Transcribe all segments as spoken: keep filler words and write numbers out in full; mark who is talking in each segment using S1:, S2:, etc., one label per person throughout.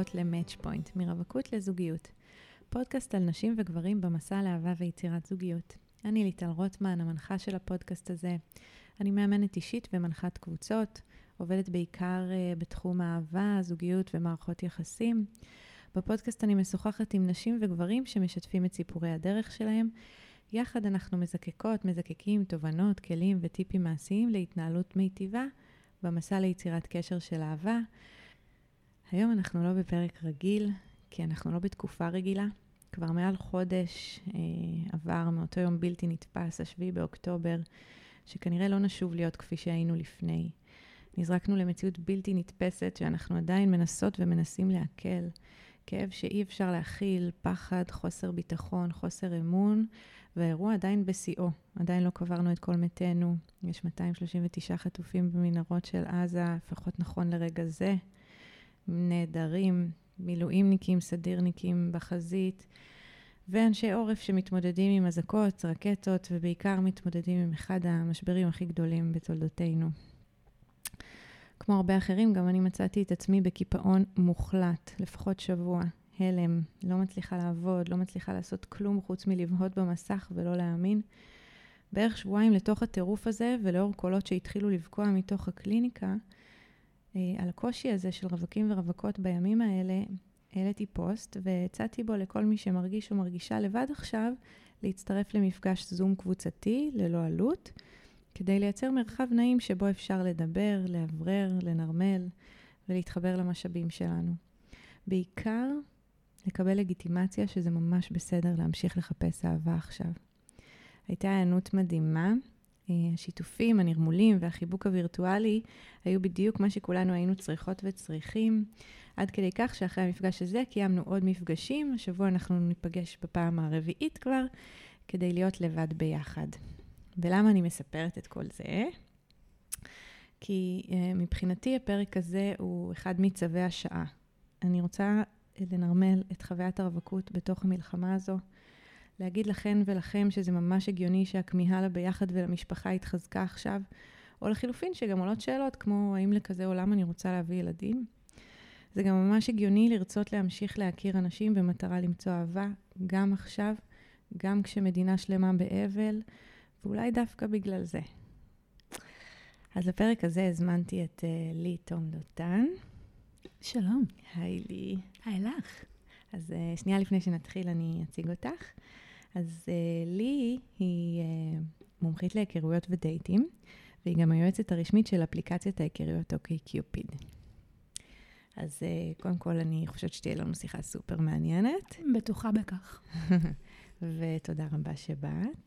S1: הבאות ל-Match Point, מרווקות לזוגיות. פודקאסט על נשים וגברים במסע לאהבה ויצירת זוגיות. אני ליטל רוטמן, המנחה של הפודקאסט הזה. אני מאמנת אישית ומנחת קבוצות, עובדת בעיקר uh, בתחום האהבה, זוגיות ומערכות יחסים. בפודקאסט אני משוחחת עם נשים וגברים שמשתפים את סיפורי הדרך שלהם. יחד אנחנו מזקקות, מזקקים תובנות, כלים וטיפים מעשיים להתנהלות מיטיבה במסע ליצירת קשר של אהבה. היום אנחנו לא בפרק רגיל, כי אנחנו לא בתקופה רגילה. כבר מעל חודש אה, עבר מאותו יום בלתי נתפס, השביעי באוקטובר, שכנראה לא נשוב להיות כפי שהיינו לפני. נזרקנו למציאות בלתי נתפסת שאנחנו עדיין מנסות ומנסים להקל. כאב שאי אפשר להכיל, פחד, חוסר ביטחון, חוסר אמון, והאירוע עדיין בשיאו. עדיין לא קברנו את כל מתינו. יש מאתיים שלושים ותשעה חטופים במנהרות של עזה, לפחות נכון לרגע זה. נהדרים, מילואימניקים, סדירניקים בחזית, ואנשי עורף שמתמודדים עם אזעקות, רקטות, ובעיקר מתמודדים עם אחד המשברים הכי גדולים בתולדותינו. כמו הרבה אחרים, גם אני מצאתי את עצמי בקיפאון מוחלט, לפחות שבוע, הלם, לא מצליחה לעבוד, לא מצליחה לעשות כלום חוץ מלבהות במסך ולא להאמין. בערך שבועיים לתוך הטירוף הזה, ולאור קולות שהתחילו לבקוע מתוך הקליניקה, על הקושי הזה של רווקים ורווקות בימים האלה, העליתי פוסט והצעתי בו לכל מי שמרגיש או מרגישה לבד עכשיו, להצטרף למפגש זום קבוצתי ללא עלות, כדי לייצר מרחב נעים שבו אפשר לדבר, להברר, לנרמל ולהתחבר למשאבים שלנו. בעיקר לקבל לגיטימציה שזה ממש בסדר להמשיך לחפש אהבה עכשיו. הייתה הענות מדהימה, השיתופים, הנרמולים והחיבוק הווירטואלי היו בדיוק מה שכולנו היינו צריכות וצריכים, עד כדי כך שאחרי המפגש הזה קיימנו עוד מפגשים, השבוע אנחנו ניפגש בפעם הרביעית כבר, כדי להיות לבד ביחד. ולמה אני מספרת את כל זה? כי uh, מבחינתי הפרק הזה הוא אחד מצווי השעה. אני רוצה לנרמל את חוויית הרווקות בתוך המלחמה הזו, להגיד לכן ולכם שזה ממש הגיוני שהכמיהה לביחד ולמשפחה התחזקה עכשיו, או לחילופין שגם עולות שאלות כמו האם לכזה עולם אני רוצה להביא ילדים. זה גם ממש הגיוני לרצות להמשיך להכיר אנשים במטרה למצוא אהבה, גם עכשיו, גם כשמדינה שלמה באבל, ואולי דווקא בגלל זה. אז לפרק הזה הזמנתי את uh, לי תום דותן.
S2: שלום.
S1: היי לי.
S2: היי לך.
S1: אז uh, שנייה לפני שנתחיל אני אציג אותך. אז uh, לי היא uh, מומחית להיכרויות ודייטים, והיא גם היועצת הרשמית של אפליקציית ההיכרויות אוקיי קיופיד. אז uh, קודם כל אני חושבת שתהיה לנו שיחה סופר מעניינת.
S2: בטוחה בכך.
S1: ותודה רבה שבאת.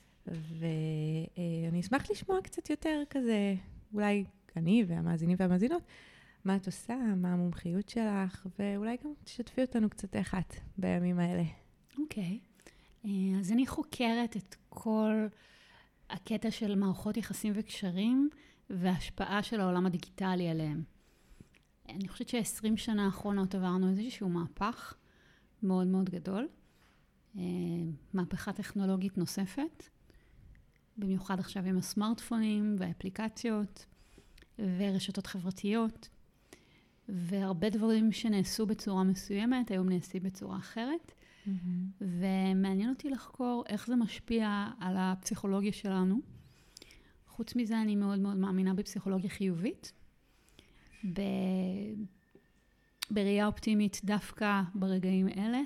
S1: ואני אשמח לשמוע קצת יותר כזה, אולי אני והמאזינים והמאזינות, מה את עושה, מה המומחיות שלך, ואולי גם תשתפי אותנו קצת איך את בימים האלה.
S2: אוקיי. אז אני חוקרת את כל הקטע של מערכות יחסים וקשרים, וההשפעה של העולם הדיגיטלי עליהם. אני חושבת ש-עשרים שנה האחרונות עברנו איזשהו מהפך מאוד מאוד גדול. מהפכה טכנולוגית נוספת. במיוחד עכשיו עם הסמארטפונים והאפליקציות ורשתות חברתיות. והרבה דברים שנעשו בצורה מסוימת, היום נעשים בצורה אחרת. Mm-hmm. ומעניין אותי לחקור איך זה משפיע על הפסיכולוגיה שלנו. חוץ מזה, אני מאוד מאוד מאמינה בפסיכולוגיה חיובית. ב... בראייה אופטימית דווקא ברגעים אלה.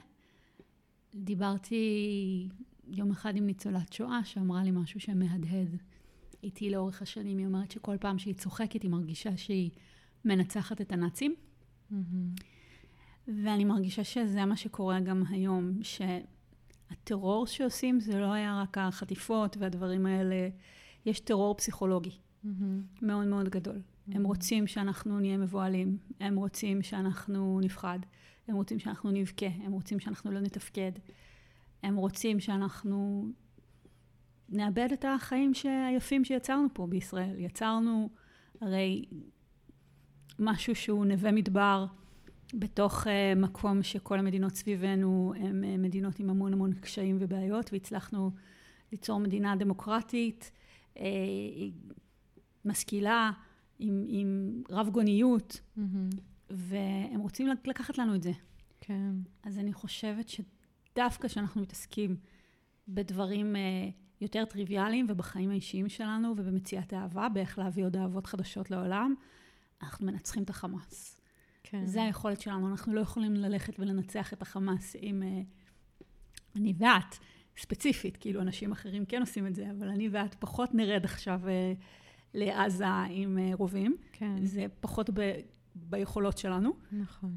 S2: דיברתי יום אחד עם ניצולת שואה שאמרה לי משהו שמהדהד איתי לאורך השנים. היא אומרת שכל פעם שהיא צוחקת היא מרגישה שהיא מנצחת את הנאצים. Mm-hmm. ואני מרגישה שזה מה שקורה גם היום, שהטרור שעושים זה לא היה רק החטיפות והדברים האלה, יש טרור פסיכולוגי mm-hmm. מאוד מאוד גדול. Mm-hmm. הם רוצים שאנחנו נהיה מבועלים, הם רוצים שאנחנו נפחד, הם רוצים שאנחנו נבכה, הם רוצים שאנחנו לא נתפקד, הם רוצים שאנחנו נאבד את החיים היפים שיצרנו פה בישראל. יצרנו הרי משהו שהוא נווה מדבר בתוך uh, מקום שכל המדינות סביבנו הם uh, מדינות עם המון המון קשיים ובעיות, והצלחנו ליצור מדינה דמוקרטית, uh, משכילה, עם, עם רב גוניות, mm-hmm. והם רוצים לקחת לנו את זה.
S1: כן.
S2: אז אני חושבת שדווקא שאנחנו מתעסקים בדברים יותר טריוויאליים ובחיים האישיים שלנו ובמציאת אהבה, באיך להביא עוד אהבות חדשות לעולם, אנחנו מנצחים את החמאס. כן. זה היכולת שלנו, אנחנו לא יכולים ללכת ולנצח את החמאס עם אני ואת, ספציפית, כאילו אנשים אחרים כן עושים את זה, אבל אני ואת פחות נרד עכשיו לעזה עם רובים. כן. זה פחות ב, ביכולות שלנו.
S1: נכון.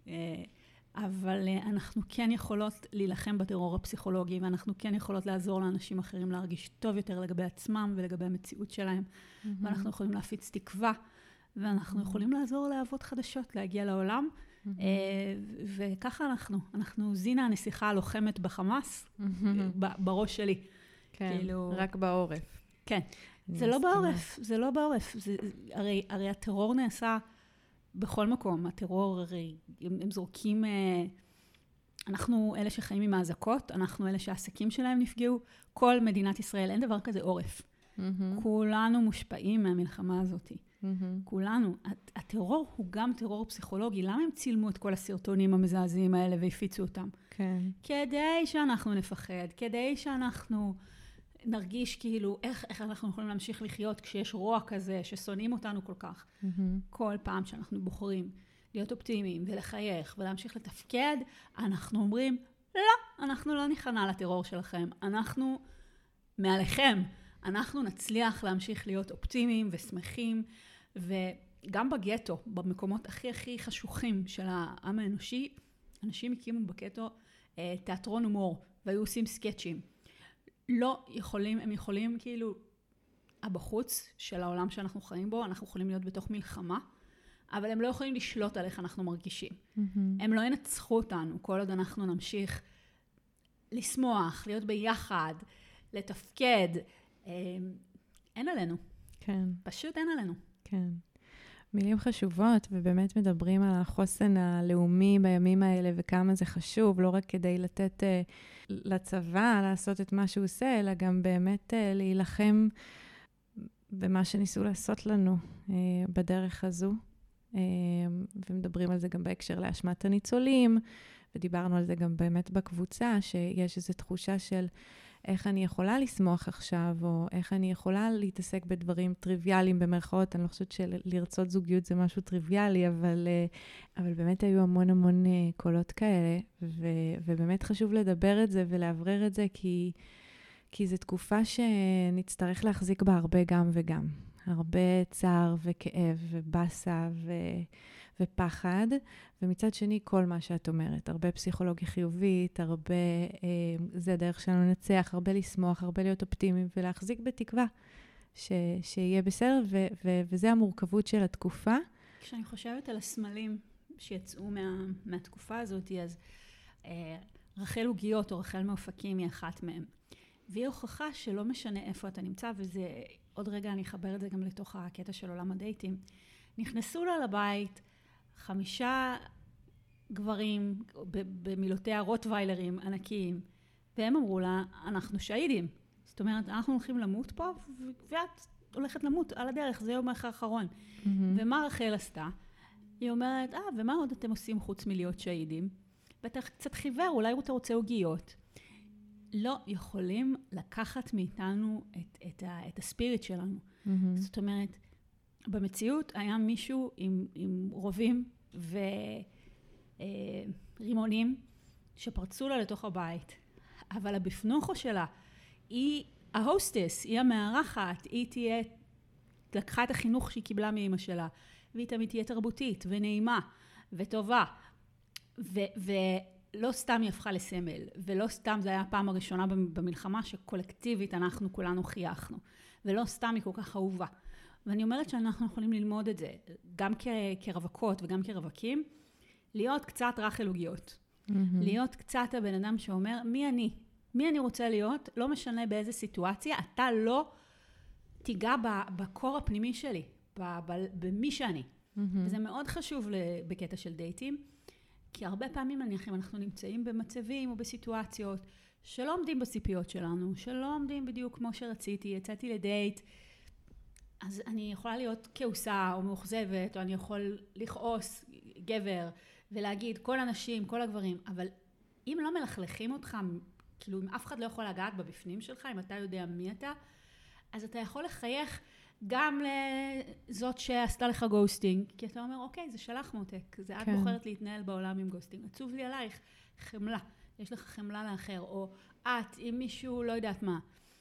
S2: אבל אנחנו כן יכולות להילחם בטרור הפסיכולוגי, ואנחנו כן יכולות לעזור לאנשים אחרים להרגיש טוב יותר לגבי עצמם ולגבי המציאות שלהם. Mm-hmm. ואנחנו יכולים להפיץ תקווה, ואנחנו mm-hmm. יכולים לעזור לאהבות חדשות, להגיע לעולם. Mm-hmm. וככה אנחנו, אנחנו זינה הנסיכה הלוחמת בחמאס, mm-hmm. בראש שלי.
S1: כן, כאילו... רק בעורף.
S2: כן, זה לא בעורף, זה לא בעורף. זה, הרי, הרי הטרור נעשה בכל מקום. הטרור, הרי הם, הם זורקים, אנחנו אלה שחיים עם האזעקות, אנחנו אלה שהעסקים שלהם נפגעו, כל מדינת ישראל, אין דבר כזה עורף. Mm-hmm. כולנו מושפעים מהמלחמה הזאת. Mm-hmm. כולנו. הטרור הוא גם טרור פסיכולוגי. למה הם צילמו את כל הסרטונים המזעזעים האלה והפיצו אותם?
S1: כן.
S2: כדי שאנחנו נפחד, כדי שאנחנו נרגיש כאילו איך, איך אנחנו יכולים להמשיך לחיות כשיש רוע כזה, ששונאים אותנו כל כך. Mm-hmm. כל פעם שאנחנו בוחרים להיות אופטימיים ולחייך ולהמשיך לתפקד, אנחנו אומרים, לא, אנחנו לא נכנע לטרור שלכם. אנחנו מעליכם. אנחנו נצליח להמשיך להיות אופטימיים ושמחים, וגם בגטו, במקומות הכי הכי חשוכים של העם האנושי, אנשים הקימו בגטו תיאטרון הומור, והיו עושים סקצ'ים. לא יכולים, הם יכולים כאילו, הבחוץ של העולם שאנחנו חיים בו, אנחנו יכולים להיות בתוך מלחמה, אבל הם לא יכולים לשלוט על איך אנחנו מרגישים. Mm-hmm. הם לא ינצחו אותנו, כל עוד אנחנו נמשיך לשמוח, להיות ביחד, לתפקד, אין עלינו.
S1: כן.
S2: פשוט אין עלינו.
S1: כן. מילים חשובות, ובאמת מדברים על החוסן הלאומי בימים האלה, וכמה זה חשוב, לא רק כדי לתת uh, לצבא לעשות את מה שהוא עושה, אלא גם באמת uh, להילחם במה שניסו לעשות לנו uh, בדרך הזו. Uh, ומדברים על זה גם בהקשר להשמת הניצולים, ודיברנו על זה גם באמת בקבוצה, שיש איזו תחושה של איך אני יכולה לשמוח עכשיו, או איך אני יכולה להתעסק בדברים טריוויאליים במרכאות. אני לא חושבת שלרצות זוגיות זה משהו טריוויאלי, אבל, אבל באמת היו המון המון קולות כאלה, ו, ובאמת חשוב לדבר את זה ולעברר את זה, כי, כי זו תקופה שנצטרך להחזיק בה הרבה גם וגם. הרבה צער וכאב ובסה ו... ופחד, ומצד שני כל מה שאת אומרת, הרבה פסיכולוגיה חיובית, הרבה, אה, זה הדרך שלנו לנצח, הרבה לשמוח, הרבה להיות אופטימיים, ולהחזיק בתקווה ש, שיהיה בסדר, ו, ו, וזה המורכבות של התקופה.
S2: כשאני חושבת על הסמלים שיצאו מה, מהתקופה הזאת, אז אה, רחל עוגיות או רחל מאופקים היא אחת מהם. והיא הוכחה שלא משנה איפה אתה נמצא, וזה, עוד רגע אני אחבר את זה גם לתוך הקטע של עולם הדייטים. נכנסו לה לבית, חמישה גברים, במילותיה רוטוויילרים ענקיים, והם אמרו לה, אנחנו שהידים. זאת אומרת, אנחנו הולכים למות פה, ואת הולכת למות על הדרך, זה יום האחרון. Mm-hmm. ומה רחל עשתה? היא אומרת, אה, ומה עוד אתם עושים חוץ מלהיות שהידים? ואתה קצת חיוור, אולי אתה רוצה עוגיות. לא יכולים לקחת מאיתנו את, את, ה, את הספיריט שלנו. Mm-hmm. זאת אומרת, במציאות היה מישהו עם, עם רובים ורימונים שפרצו לה לתוך הבית. אבל הבפנוכו שלה, היא ההוסטס, היא המארחת, היא תהיה, לקחה את החינוך שהיא קיבלה מאמא שלה, והיא תמיד תהיה תרבותית ונעימה וטובה. ו, ולא סתם היא הפכה לסמל, ולא סתם זה היה הפעם הראשונה במלחמה שקולקטיבית אנחנו כולנו חייכנו, ולא סתם היא כל כך אהובה. ואני אומרת שאנחנו יכולים ללמוד את זה, גם כרווקות וגם כרווקים, להיות קצת רחל עוגיות. Mm-hmm. להיות קצת הבן אדם שאומר, מי אני? מי אני רוצה להיות? לא משנה באיזה סיטואציה, אתה לא תיגע בקור הפנימי שלי, במי שאני. Mm-hmm. וזה מאוד חשוב בקטע של דייטים, כי הרבה פעמים נניח, אם אנחנו נמצאים במצבים או בסיטואציות שלא עומדים בציפיות שלנו, שלא עומדים בדיוק כמו שרציתי, יצאתי לדייט, אז אני יכולה להיות כעוסה או מאוכזבת, או אני יכול לכעוס, גבר, ולהגיד כל הנשים, כל הגברים, אבל אם לא מלכלכים אותך, כאילו אם אף אחד לא יכול לגעת בבפנים שלך, אם אתה יודע מי אתה, אז אתה יכול לחייך גם לזאת שעשתה לך גוסטינג, כי אתה אומר, אוקיי, זה שלח מותק, זה את בוחרת להתנהל בעולם עם גוסטינג, עצוב לי עלייך, חמלה, יש לך חמלה לאחר, או את, אם מישהו לא יודעת מה,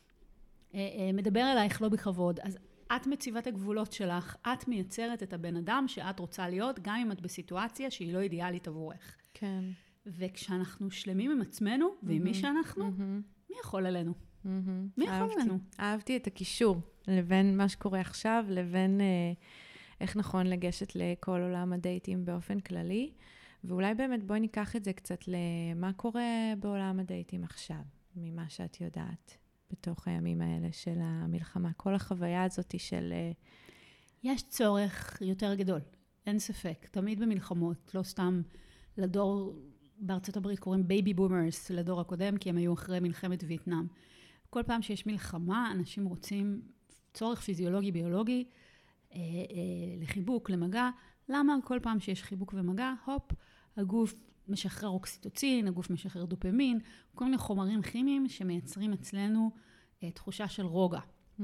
S2: מדבר אלייך לא בכבוד, אז את מציבת הגבולות שלך, את מייצרת את הבן אדם שאת רוצה להיות, גם אם את בסיטואציה שהיא לא אידיאלית עבורך.
S1: כן.
S2: וכשאנחנו שלמים עם עצמנו, ועם מי שאנחנו, מי יכול עלינו? מי יכול עלינו?
S1: אהבתי את הקישור לבין מה שקורה עכשיו, לבין איך נכון לגשת לכל עולם הדייטים באופן כללי, ואולי באמת בואי ניקח את זה קצת למה קורה בעולם הדייטים עכשיו, ממה שאת יודעת. בתוך הימים האלה של המלחמה, כל החוויה הזאת של...
S2: יש צורך יותר גדול, אין ספק. תמיד במלחמות, לא סתם לדור, בארצות הברית קוראים בייבי בומרס לדור הקודם, כי הם היו אחרי מלחמת וייטנאם. כל פעם שיש מלחמה, אנשים רוצים צורך פיזיולוגי, ביולוגי, אה, אה, לחיבוק, למגע. למה כל פעם שיש חיבוק ומגע, הופ, הגוף משחרר אוקסיטוצין, הגוף משחרר דופמין, כל מיני חומרים כימיים שמייצרים אצלנו אה, תחושה של רוגע. Mm-hmm.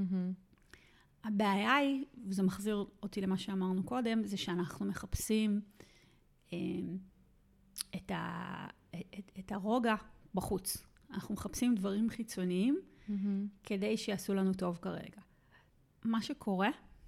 S2: הבעיה היא, וזה מחזיר אותי למה שאמרנו קודם, זה שאנחנו מחפשים אה, את, ה, את, את הרוגע בחוץ. אנחנו מחפשים דברים חיצוניים mm-hmm. כדי שיעשו לנו טוב כרגע. מה שקורה,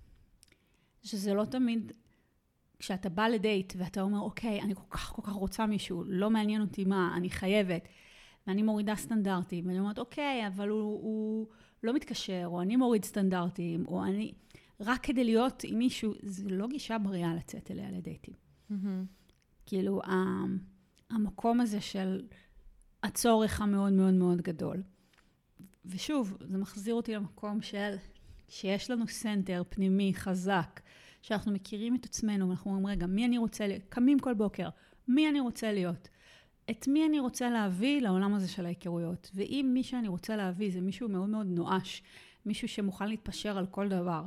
S2: שזה לא תמיד... כשאתה בא לדייט ואתה אומר, אוקיי, אני כל כך כל כך רוצה מישהו, לא מעניין אותי מה, אני חייבת, ואני מורידה סטנדרטים, ואני אומרת, אוקיי, אבל הוא, הוא לא מתקשר, או אני מוריד סטנדרטים, או אני, רק כדי להיות עם מישהו, זה לא גישה בריאה לצאת אליה לדייטים. Mm-hmm. כאילו, המקום הזה של הצורך המאוד מאוד מאוד גדול. ושוב, זה מחזיר אותי למקום של, שיש לנו סנטר פנימי חזק, שאנחנו מכירים את עצמנו, ואנחנו אומרים, רגע, מי אני רוצה להיות? קמים כל בוקר, מי אני רוצה להיות? את מי אני רוצה להביא לעולם הזה של ההיכרויות? ואם מי שאני רוצה להביא זה מישהו מאוד מאוד נואש, מישהו שמוכן להתפשר על כל דבר,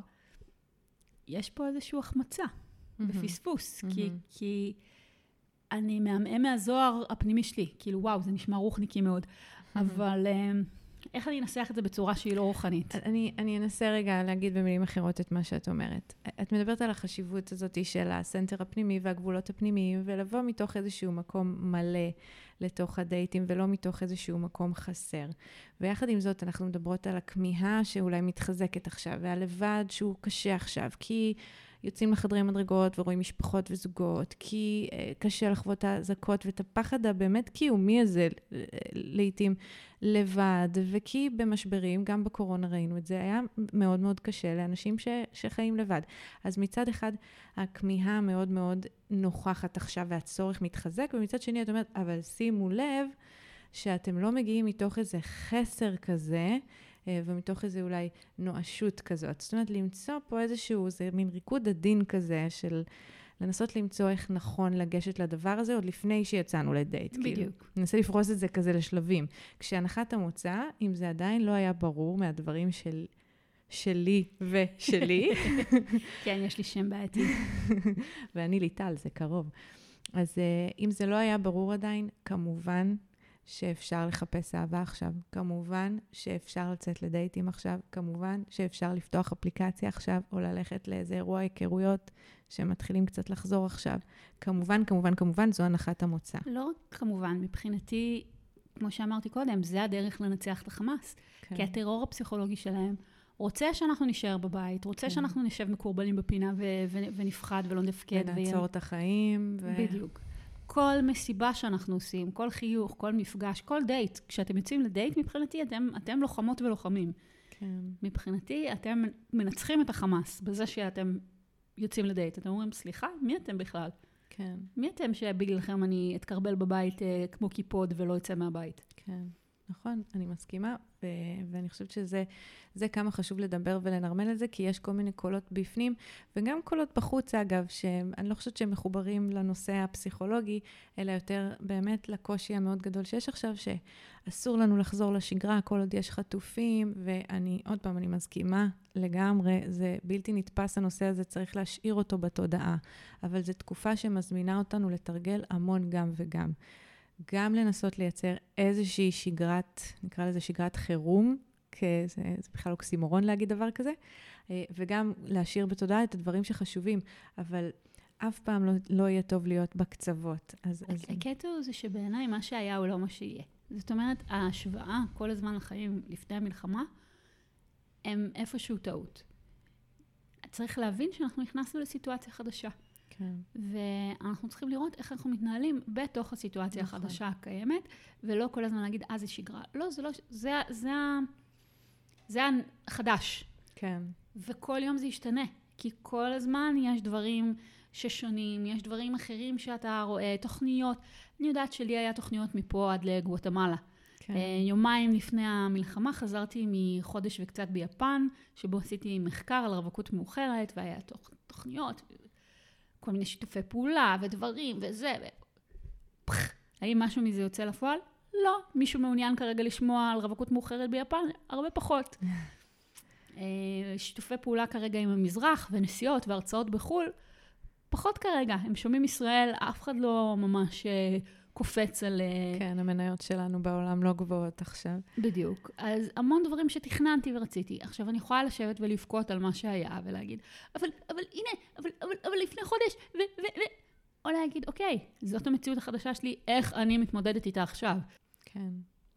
S2: יש פה איזושהי החמצה, mm-hmm. בפספוס, mm-hmm. כי, כי אני מהמאה מהזוהר הפנימי שלי, כאילו וואו, זה נשמע רוחניקי מאוד, mm-hmm. אבל... איך אני אנסח את זה בצורה שהיא לא רוחנית?
S1: אני, אני אנסה רגע להגיד במילים אחרות את מה שאת אומרת. את מדברת על החשיבות הזאת של הסנטר הפנימי והגבולות הפנימיים, ולבוא מתוך איזשהו מקום מלא לתוך הדייטים, ולא מתוך איזשהו מקום חסר. ויחד עם זאת, אנחנו מדברות על הכמיהה שאולי מתחזקת עכשיו, והלבד שהוא קשה עכשיו, כי יוצאים לחדרי מדרגות ורואים משפחות וזוגות, כי uh, קשה לחוות את הזכות ואת הפחד הבאמת קיומי הזה לעתים לבד, וכי במשברים, גם בקורונה ראינו את זה, היה מאוד מאוד קשה לאנשים ש, שחיים לבד. אז מצד אחד, הכמיהה מאוד מאוד נוכחת עכשיו והצורך מתחזק, ומצד שני את אומרת, אבל שימו לב שאתם לא מגיעים מתוך איזה חסר כזה, ומתוך איזה אולי נואשות כזאת. זאת אומרת, למצוא פה איזשהו, זה מין ריקוד עדין כזה, של לנסות למצוא איך נכון לגשת לדבר הזה, עוד לפני שיצאנו לדייט.
S2: בדיוק.
S1: כאילו, ננסה לפרוס את זה כזה לשלבים. כשהנחת המוצא, אם זה עדיין לא היה ברור מהדברים של, שלי ושלי.
S2: כן, יש לי שם בעייתי.
S1: ואני ליטל, זה קרוב. אז אם זה לא היה ברור עדיין, כמובן, שאפשר לחפש אהבה עכשיו, כמובן שאפשר לצאת לדייטים עכשיו, כמובן שאפשר לפתוח אפליקציה עכשיו, או ללכת לאיזה אירוע היכרויות שמתחילים קצת לחזור עכשיו. כמובן, כמובן, כמובן, זו הנחת המוצא.
S2: לא רק כמובן, מבחינתי, כמו שאמרתי קודם, זה הדרך לנצח את החמאס. כן. כי הטרור הפסיכולוגי שלהם רוצה שאנחנו נשאר בבית, רוצה כן. שאנחנו נשב מקורבלים בפינה ו- ו- ונפחד ולא נפקד.
S1: ונעצור את החיים. ו...
S2: בדיוק. כל מסיבה שאנחנו עושים, כל חיוך, כל מפגש, כל דייט, כשאתם יוצאים לדייט, מבחינתי אתם, אתם לוחמות ולוחמים. כן. מבחינתי אתם מנצחים את החמאס, בזה שאתם יוצאים לדייט. אתם אומרים, סליחה, מי אתם בכלל?
S1: כן.
S2: מי אתם שבגללכם אני אתקרבל בבית אה, כמו קיפוד ולא יצא מהבית?
S1: כן. נכון, אני מסכימה, ו- ואני חושבת שזה זה כמה חשוב לדבר ולנרמל את זה, כי יש כל מיני קולות בפנים, וגם קולות בחוץ, אגב, שאני לא חושבת שהם מחוברים לנושא הפסיכולוגי, אלא יותר באמת לקושי המאוד גדול שיש עכשיו, שאסור לנו לחזור לשגרה, כל עוד יש חטופים, ואני, עוד פעם, אני מסכימה לגמרי, זה בלתי נתפס הנושא הזה, צריך להשאיר אותו בתודעה, אבל זו תקופה שמזמינה אותנו לתרגל המון גם וגם. גם לנסות לייצר איזושהי שגרת, נקרא לזה שגרת חירום, כי זה, זה בכלל אוקסימורון להגיד דבר כזה, וגם להשאיר בתודעה את הדברים שחשובים, אבל אף פעם לא, לא יהיה טוב להיות בקצוות. אז, אז...
S2: הקטע הוא זה שבעיניי מה שהיה הוא לא מה שיהיה. זאת אומרת, ההשוואה כל הזמן לחיים לפני המלחמה, הם איפשהו טעות. צריך להבין שאנחנו נכנסנו לסיטואציה חדשה.
S1: כן.
S2: ואנחנו צריכים לראות איך אנחנו מתנהלים בתוך הסיטואציה נכון. החדשה הקיימת, ולא כל הזמן להגיד, אה, זה שגרה. לא, זה לא, זה, זה, זה החדש.
S1: כן.
S2: וכל יום זה ישתנה, כי כל הזמן יש דברים ששונים, יש דברים אחרים שאתה רואה, תוכניות. אני יודעת שלי היה תוכניות מפה עד לגואטמלה. כן. יומיים לפני המלחמה חזרתי מחודש וקצת ביפן, שבו עשיתי מחקר על רווקות מאוחרת, והיה תוכניות, כל מיני שיתופי פעולה ודברים וזה. ו... פח, האם משהו מזה יוצא לפועל? לא. מישהו מעוניין כרגע לשמוע על רווקות מאוחרת ביפן? הרבה פחות. שיתופי פעולה כרגע עם המזרח ונסיעות והרצאות בחול, פחות כרגע. הם שומעים ישראל, אף אחד לא ממש קופץ על...
S1: כן, המניות שלנו בעולם לא גבוהות עכשיו.
S2: בדיוק. אז המון דברים שתכננתי ורציתי. עכשיו אני יכולה לשבת ולבכות על מה שהיה ולהגיד, אבל, אבל הנה, אבל, אבל, אבל לפני חודש, ו, ו, ו... או להגיד, אוקיי, זאת המציאות החדשה שלי, איך אני מתמודדת איתה עכשיו.
S1: כן.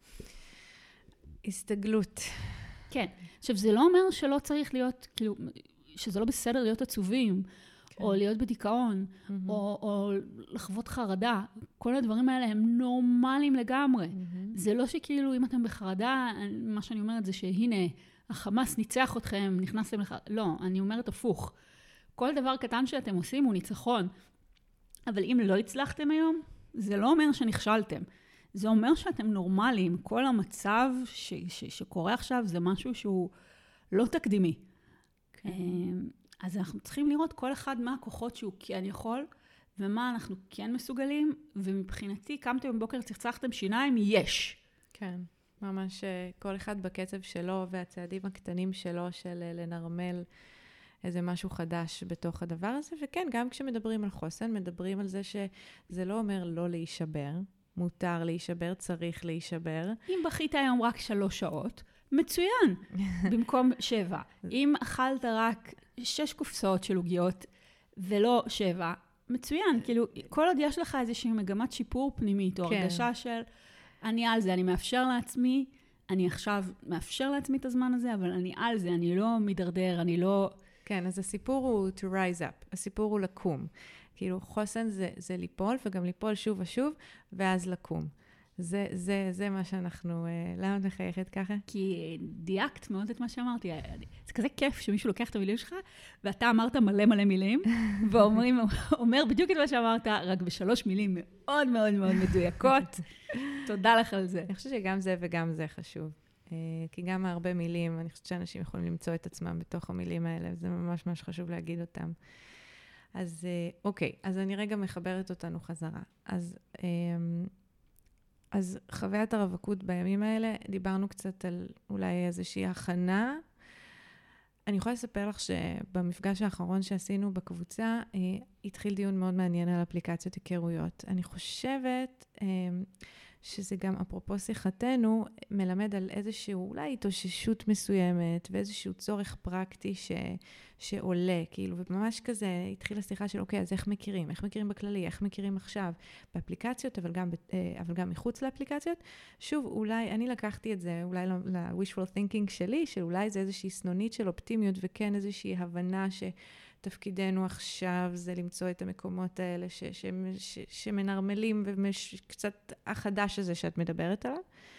S1: הסתגלות.
S2: כן. עכשיו, זה לא אומר שלא צריך להיות, כאילו, שזה לא בסדר להיות עצובים, כן. או להיות בדיכאון, mm-hmm. או, או לחוות חרדה. כל הדברים האלה הם נורמליים לגמרי. Mm-hmm. זה לא שכאילו, אם אתם בחרדה, מה שאני אומרת זה שהנה, החמאס ניצח אתכם, נכנסתם לך... לא, אני אומרת הפוך. כל דבר קטן שאתם עושים הוא ניצחון. אבל אם לא הצלחתם היום, זה לא אומר שנכשלתם. זה אומר שאתם נורמליים. כל המצב ש, ש, שקורה עכשיו זה משהו שהוא לא תקדימי. כן. אז אנחנו צריכים לראות כל אחד מה הכוחות שהוא כן יכול, ומה אנחנו כן מסוגלים, ומבחינתי, קמתם בבוקר, צחצחתם שיניים, יש.
S1: כן, ממש כל אחד בקצב שלו, והצעדים הקטנים שלו, של לנרמל איזה משהו חדש בתוך הדבר הזה, וכן, גם כשמדברים על חוסן, מדברים על זה שזה לא אומר לא להישבר, מותר להישבר, צריך להישבר.
S2: אם בכית היום רק שלוש שעות, מצוין, במקום שבע. אם אכלת רק שש קופסאות של עוגיות, ולא שבע, מצוין. כאילו, כל עוד יש לך איזושהי מגמת שיפור פנימית, או הרגשה של, אני על זה, אני מאפשר לעצמי, אני עכשיו מאפשר לעצמי את הזמן הזה, אבל אני על זה, אני לא מדרדר, אני לא...
S1: כן, אז הסיפור הוא to rise up, הסיפור הוא לקום. כאילו, חוסן זה, זה ליפול, וגם ליפול שוב ושוב, ואז לקום. זה, זה, זה מה שאנחנו, למה את מחייכת ככה?
S2: כי דייקת מאוד את מה שאמרתי. זה כזה כיף שמישהו לוקח את המילים שלך, ואתה אמרת מלא מלא מילים, ואומר בדיוק את מה שאמרת, רק בשלוש מילים מאוד מאוד מאוד מדויקות. תודה לך על זה.
S1: אני חושבת שגם זה וגם זה חשוב. כי גם הרבה מילים, אני חושבת שאנשים יכולים למצוא את עצמם בתוך המילים האלה, וזה ממש ממש חשוב להגיד אותם. אז אוקיי, אז אני רגע מחברת אותנו חזרה. אז... אז חוויית הרווקות בימים האלה, דיברנו קצת על אולי איזושהי הכנה. אני יכולה לספר לך שבמפגש האחרון שעשינו בקבוצה, התחיל דיון מאוד מעניין על אפליקציות היכרויות. אני חושבת שזה גם, אפרופו שיחתנו, מלמד על איזשהו אולי התאוששות מסוימת, ואיזשהו צורך פרקטי ש, שעולה, כאילו, וממש כזה התחילה שיחה של, אוקיי, אז איך מכירים? איך מכירים בכללי? איך מכירים עכשיו? באפליקציות, אבל גם, אבל גם מחוץ לאפליקציות. שוב, אולי, אני לקחתי את זה, אולי ל-wishful thinking שלי, שאולי זה איזושהי סנונית של אופטימיות, וכן איזושהי הבנה ש... תפקידנו עכשיו זה למצוא את המקומות האלה ש, ש, ש, שמנרמלים וקצת החדש הזה שאת מדברת עליו.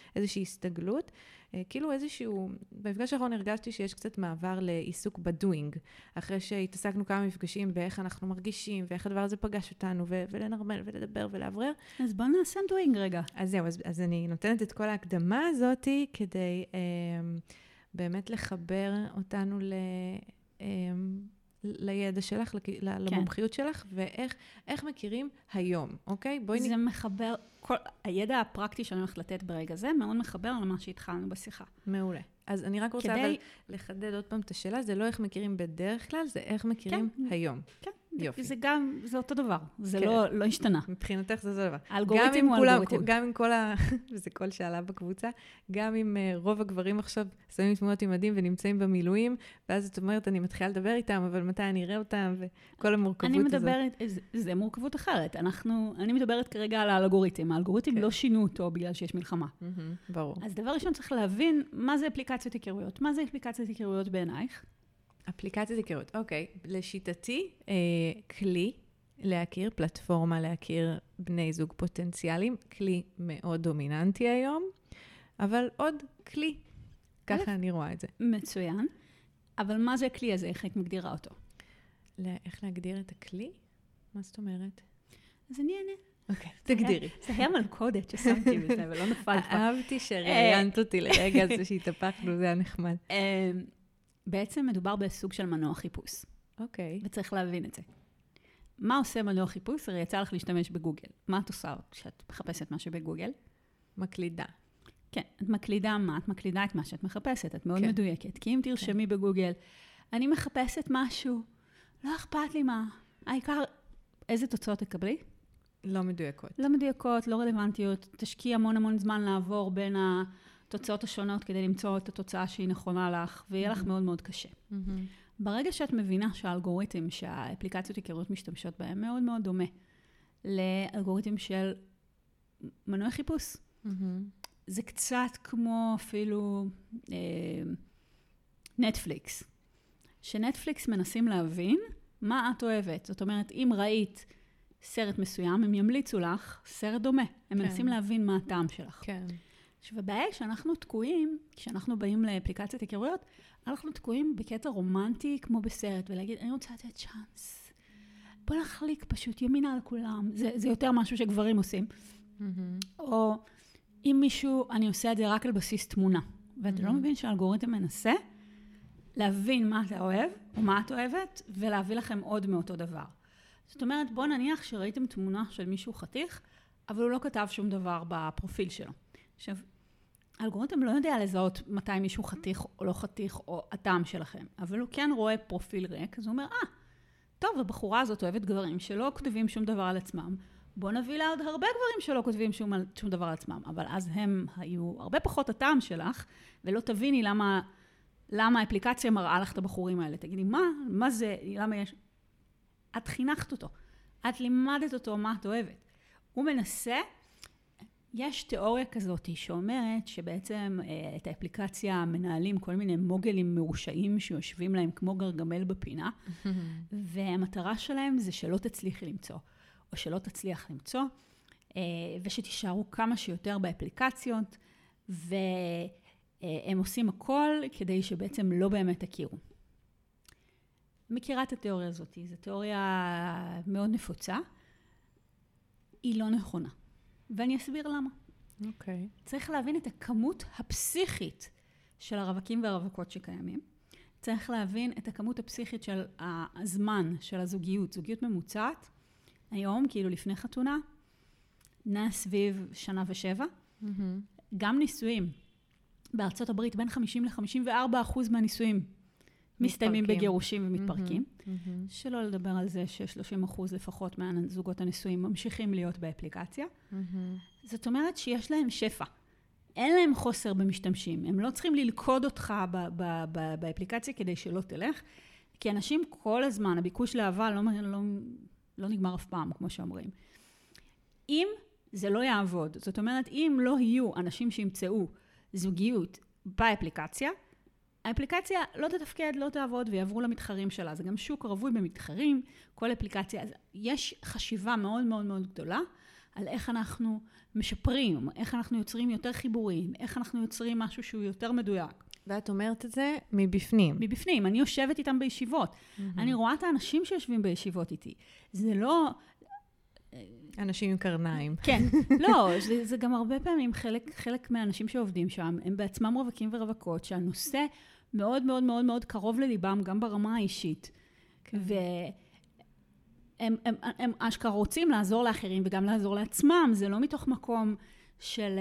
S1: איזושהי הסתגלות, כאילו איזשהו, במפגש האחרון הרגשתי שיש קצת מעבר לעיסוק בדוינג, אחרי שהתעסקנו כמה מפגשים באיך אנחנו מרגישים, ואיך הדבר הזה פגש אותנו, ו- ולנרמל ולדבר ולעברר.
S2: אז בוא נעשה דוינג רגע.
S1: אז זהו, אז, אז אני נותנת את כל ההקדמה הזאת, כדי אה, באמת לחבר אותנו ל... אה, לידע שלך, למומחיות שלך, ואיך איך מכירים היום, אוקיי? בואי
S2: זה מחבר, כל, הידע הפרקטי שאני הולכת לתת ברגע זה, מאוד מחבר למה שהתחלנו בשיחה.
S1: מעולה. אז אני רק רוצה
S2: כדי...
S1: אבל לחדד עוד פעם את השאלה, זה לא איך מכירים בדרך כלל, זה איך מכירים
S2: כן.
S1: היום.
S2: כן.
S1: יופי.
S2: זה גם, זה אותו דבר. זה
S1: כן.
S2: לא, לא השתנה.
S1: מבחינתך זה אותו דבר.
S2: האלגוריתם הוא אלגוריתם.
S1: גם עם כל ה... וזה כל שעלה בקבוצה, גם עם uh, רוב הגברים עכשיו שמים תמונות עם מדים ונמצאים במילואים, ואז את אומרת, אני מתחילה לדבר איתם, אבל מתי אני אראה אותם, וכל המורכבות
S2: אני
S1: הזאת.
S2: אני מדברת, זה, זה מורכבות אחרת. אנחנו, אני מדברת כרגע על האלגוריתם. האלגוריתם כן. לא שינו אותו בגלל שיש מלחמה.
S1: Mm-hmm, ברור.
S2: אז דבר ראשון צריך להבין מה זה אפליקציות היכרויות. מה זה אפליקציות היכרויות בעינייך?
S1: אפליקציות היכרויות, אוקיי. לשיטתי, אה, כלי להכיר, פלטפורמה להכיר בני זוג פוטנציאליים, כלי מאוד דומיננטי היום, אבל עוד כלי. ככה אני רואה את זה.
S2: מצוין. אבל מה זה הכלי הזה? איך את מגדירה אותו?
S1: איך להגדיר את הכלי? מה זאת אומרת?
S2: אז אני אענה.
S1: אוקיי, תגדירי.
S2: זה היה מלכודת ששמתי בזה, ולא נפלת.
S1: אהבתי שראיינת אותי לרגע הזה שהתהפכנו, זה היה נחמד.
S2: בעצם מדובר בסוג של מנוע חיפוש.
S1: אוקיי.
S2: וצריך להבין את זה. מה עושה מנוע חיפוש? הרי יצא לך להשתמש בגוגל. מה את עושה כשאת מחפשת משהו בגוגל?
S1: מקלידה.
S2: כן, את מקלידה מה? את מקלידה את מה שאת מחפשת. את מאוד מדויקת. כי אם תרשמי בגוגל, אני מחפשת משהו, לא אכפת לי מה. העיקר, איזה תוצאות תקבלי?
S1: לא מדויקות.
S2: לא מדויקות, לא רלוונטיות. תשקיע המון המון זמן לעבור בין התוצאות השונות כדי למצוא את התוצאה שהיא נכונה לך, ויהיה לך מאוד מאוד קשה. ברגע שאת מבינה שהאלגוריתם, שהאפליקציות היכרויות משתמשות בהם, מאוד מאוד דומה לאלגוריתם של מנועי חיפוש. זה קצת כמו אפילו נטפליקס. שנטפליקס מנסים להבין מה את אוהבת. זאת אומרת, אם ראית סרט מסוים, הם ימליצו לך סרט דומה. הם כן. מנסים להבין מה הטעם שלך.
S1: כן.
S2: ובעיה שאנחנו תקועים, כשאנחנו באים לאפליקציית היכרויות, אנחנו תקועים בקטע רומנטי כמו בסרט, ולהגיד, אני רוצה לתת צ'אנס. בוא נחליק פשוט ימינה על כולם. זה, זה יותר משהו שגברים עושים. Mm-hmm. או אם מישהו, אני עושה את זה רק על בסיס תמונה, ואתה mm-hmm. לא מבין שהאלגוריתם מנסה להבין מה אתה אוהב, או מה את אוהבת, ולהביא לכם עוד מאותו דבר. זאת אומרת, בוא נניח שראיתם תמונה של מישהו חתיך, אבל הוא לא כתב שום דבר בפרופיל שלו. עכשיו, האלגוריתם לא יודע לזהות מתי מישהו חתיך או לא חתיך, או הטעם שלכם, אבל הוא כן רואה פרופיל ריק, אז הוא אומר, אה, טוב, הבחורה הזאת אוהבת גברים שלא כותבים שום דבר על עצמם, בוא נביא לה עוד הרבה גברים שלא כותבים שום, שום דבר על עצמם, אבל אז הם היו הרבה פחות הטעם שלך, ולא תביני למה, למה האפליקציה מראה לך את הבחורים האלה. תגידי, מה, מה זה, למה יש... את חינכת אותו, את לימדת אותו מה את אוהבת. הוא מנסה, יש תיאוריה כזאת שאומרת שבעצם אה, את האפליקציה מנהלים כל מיני מוגלים מרושעים שיושבים להם כמו גרגמל בפינה, והמטרה שלהם זה שלא תצליחי למצוא, או שלא תצליח למצוא, אה, ושתישארו כמה שיותר באפליקציות, והם עושים הכל כדי שבעצם לא באמת תכירו. מכירה את התיאוריה הזאת, זו תיאוריה מאוד נפוצה, היא לא נכונה. ואני אסביר למה.
S1: אוקיי. Okay.
S2: צריך להבין את הכמות הפסיכית של הרווקים והרווקות שקיימים. צריך להבין את הכמות הפסיכית של הזמן, של הזוגיות. זוגיות ממוצעת, היום, כאילו לפני חתונה, נע סביב שנה ושבע. Mm-hmm. גם נישואים. בארצות הברית, בין חמישים ל-חמישים וארבעה אחוז מהנישואים מסתיימים בגירושים ומתפרקים. Mm-hmm. Mm-hmm. שלא לדבר על זה ש-שלושים אחוז לפחות מהזוגות הנישואים ממשיכים להיות באפליקציה. Mm-hmm. זאת אומרת שיש להם שפע. אין להם חוסר במשתמשים. הם לא צריכים ללכוד אותך ב- ב- ב- באפליקציה כדי שלא תלך, כי אנשים כל הזמן, הביקוש לאהבה לא, לא, לא נגמר אף פעם, כמו שאומרים. אם זה לא יעבוד, זאת אומרת, אם לא יהיו אנשים שימצאו זוגיות באפליקציה, האפליקציה לא תתפקד, לא תעבוד ויעברו למתחרים שלה. זה גם שוק רווי במתחרים, כל אפליקציה. יש חשיבה מאוד מאוד מאוד גדולה על איך אנחנו משפרים, איך אנחנו יוצרים יותר חיבורים, איך אנחנו יוצרים משהו שהוא יותר מדויק.
S1: ואת אומרת את זה מבפנים.
S2: מבפנים, אני יושבת איתם בישיבות. Mm-hmm. אני רואה את האנשים שיושבים בישיבות איתי. זה לא...
S1: אנשים עם קרניים.
S2: כן, לא, זה, זה גם הרבה פעמים חלק, חלק מהאנשים שעובדים שם, הם בעצמם רווקים ורווקות, שהנושא מאוד מאוד מאוד מאוד קרוב לליבם, גם ברמה האישית. כן. והם הם, הם אשכרה רוצים לעזור לאחרים וגם לעזור לעצמם, זה לא מתוך מקום של...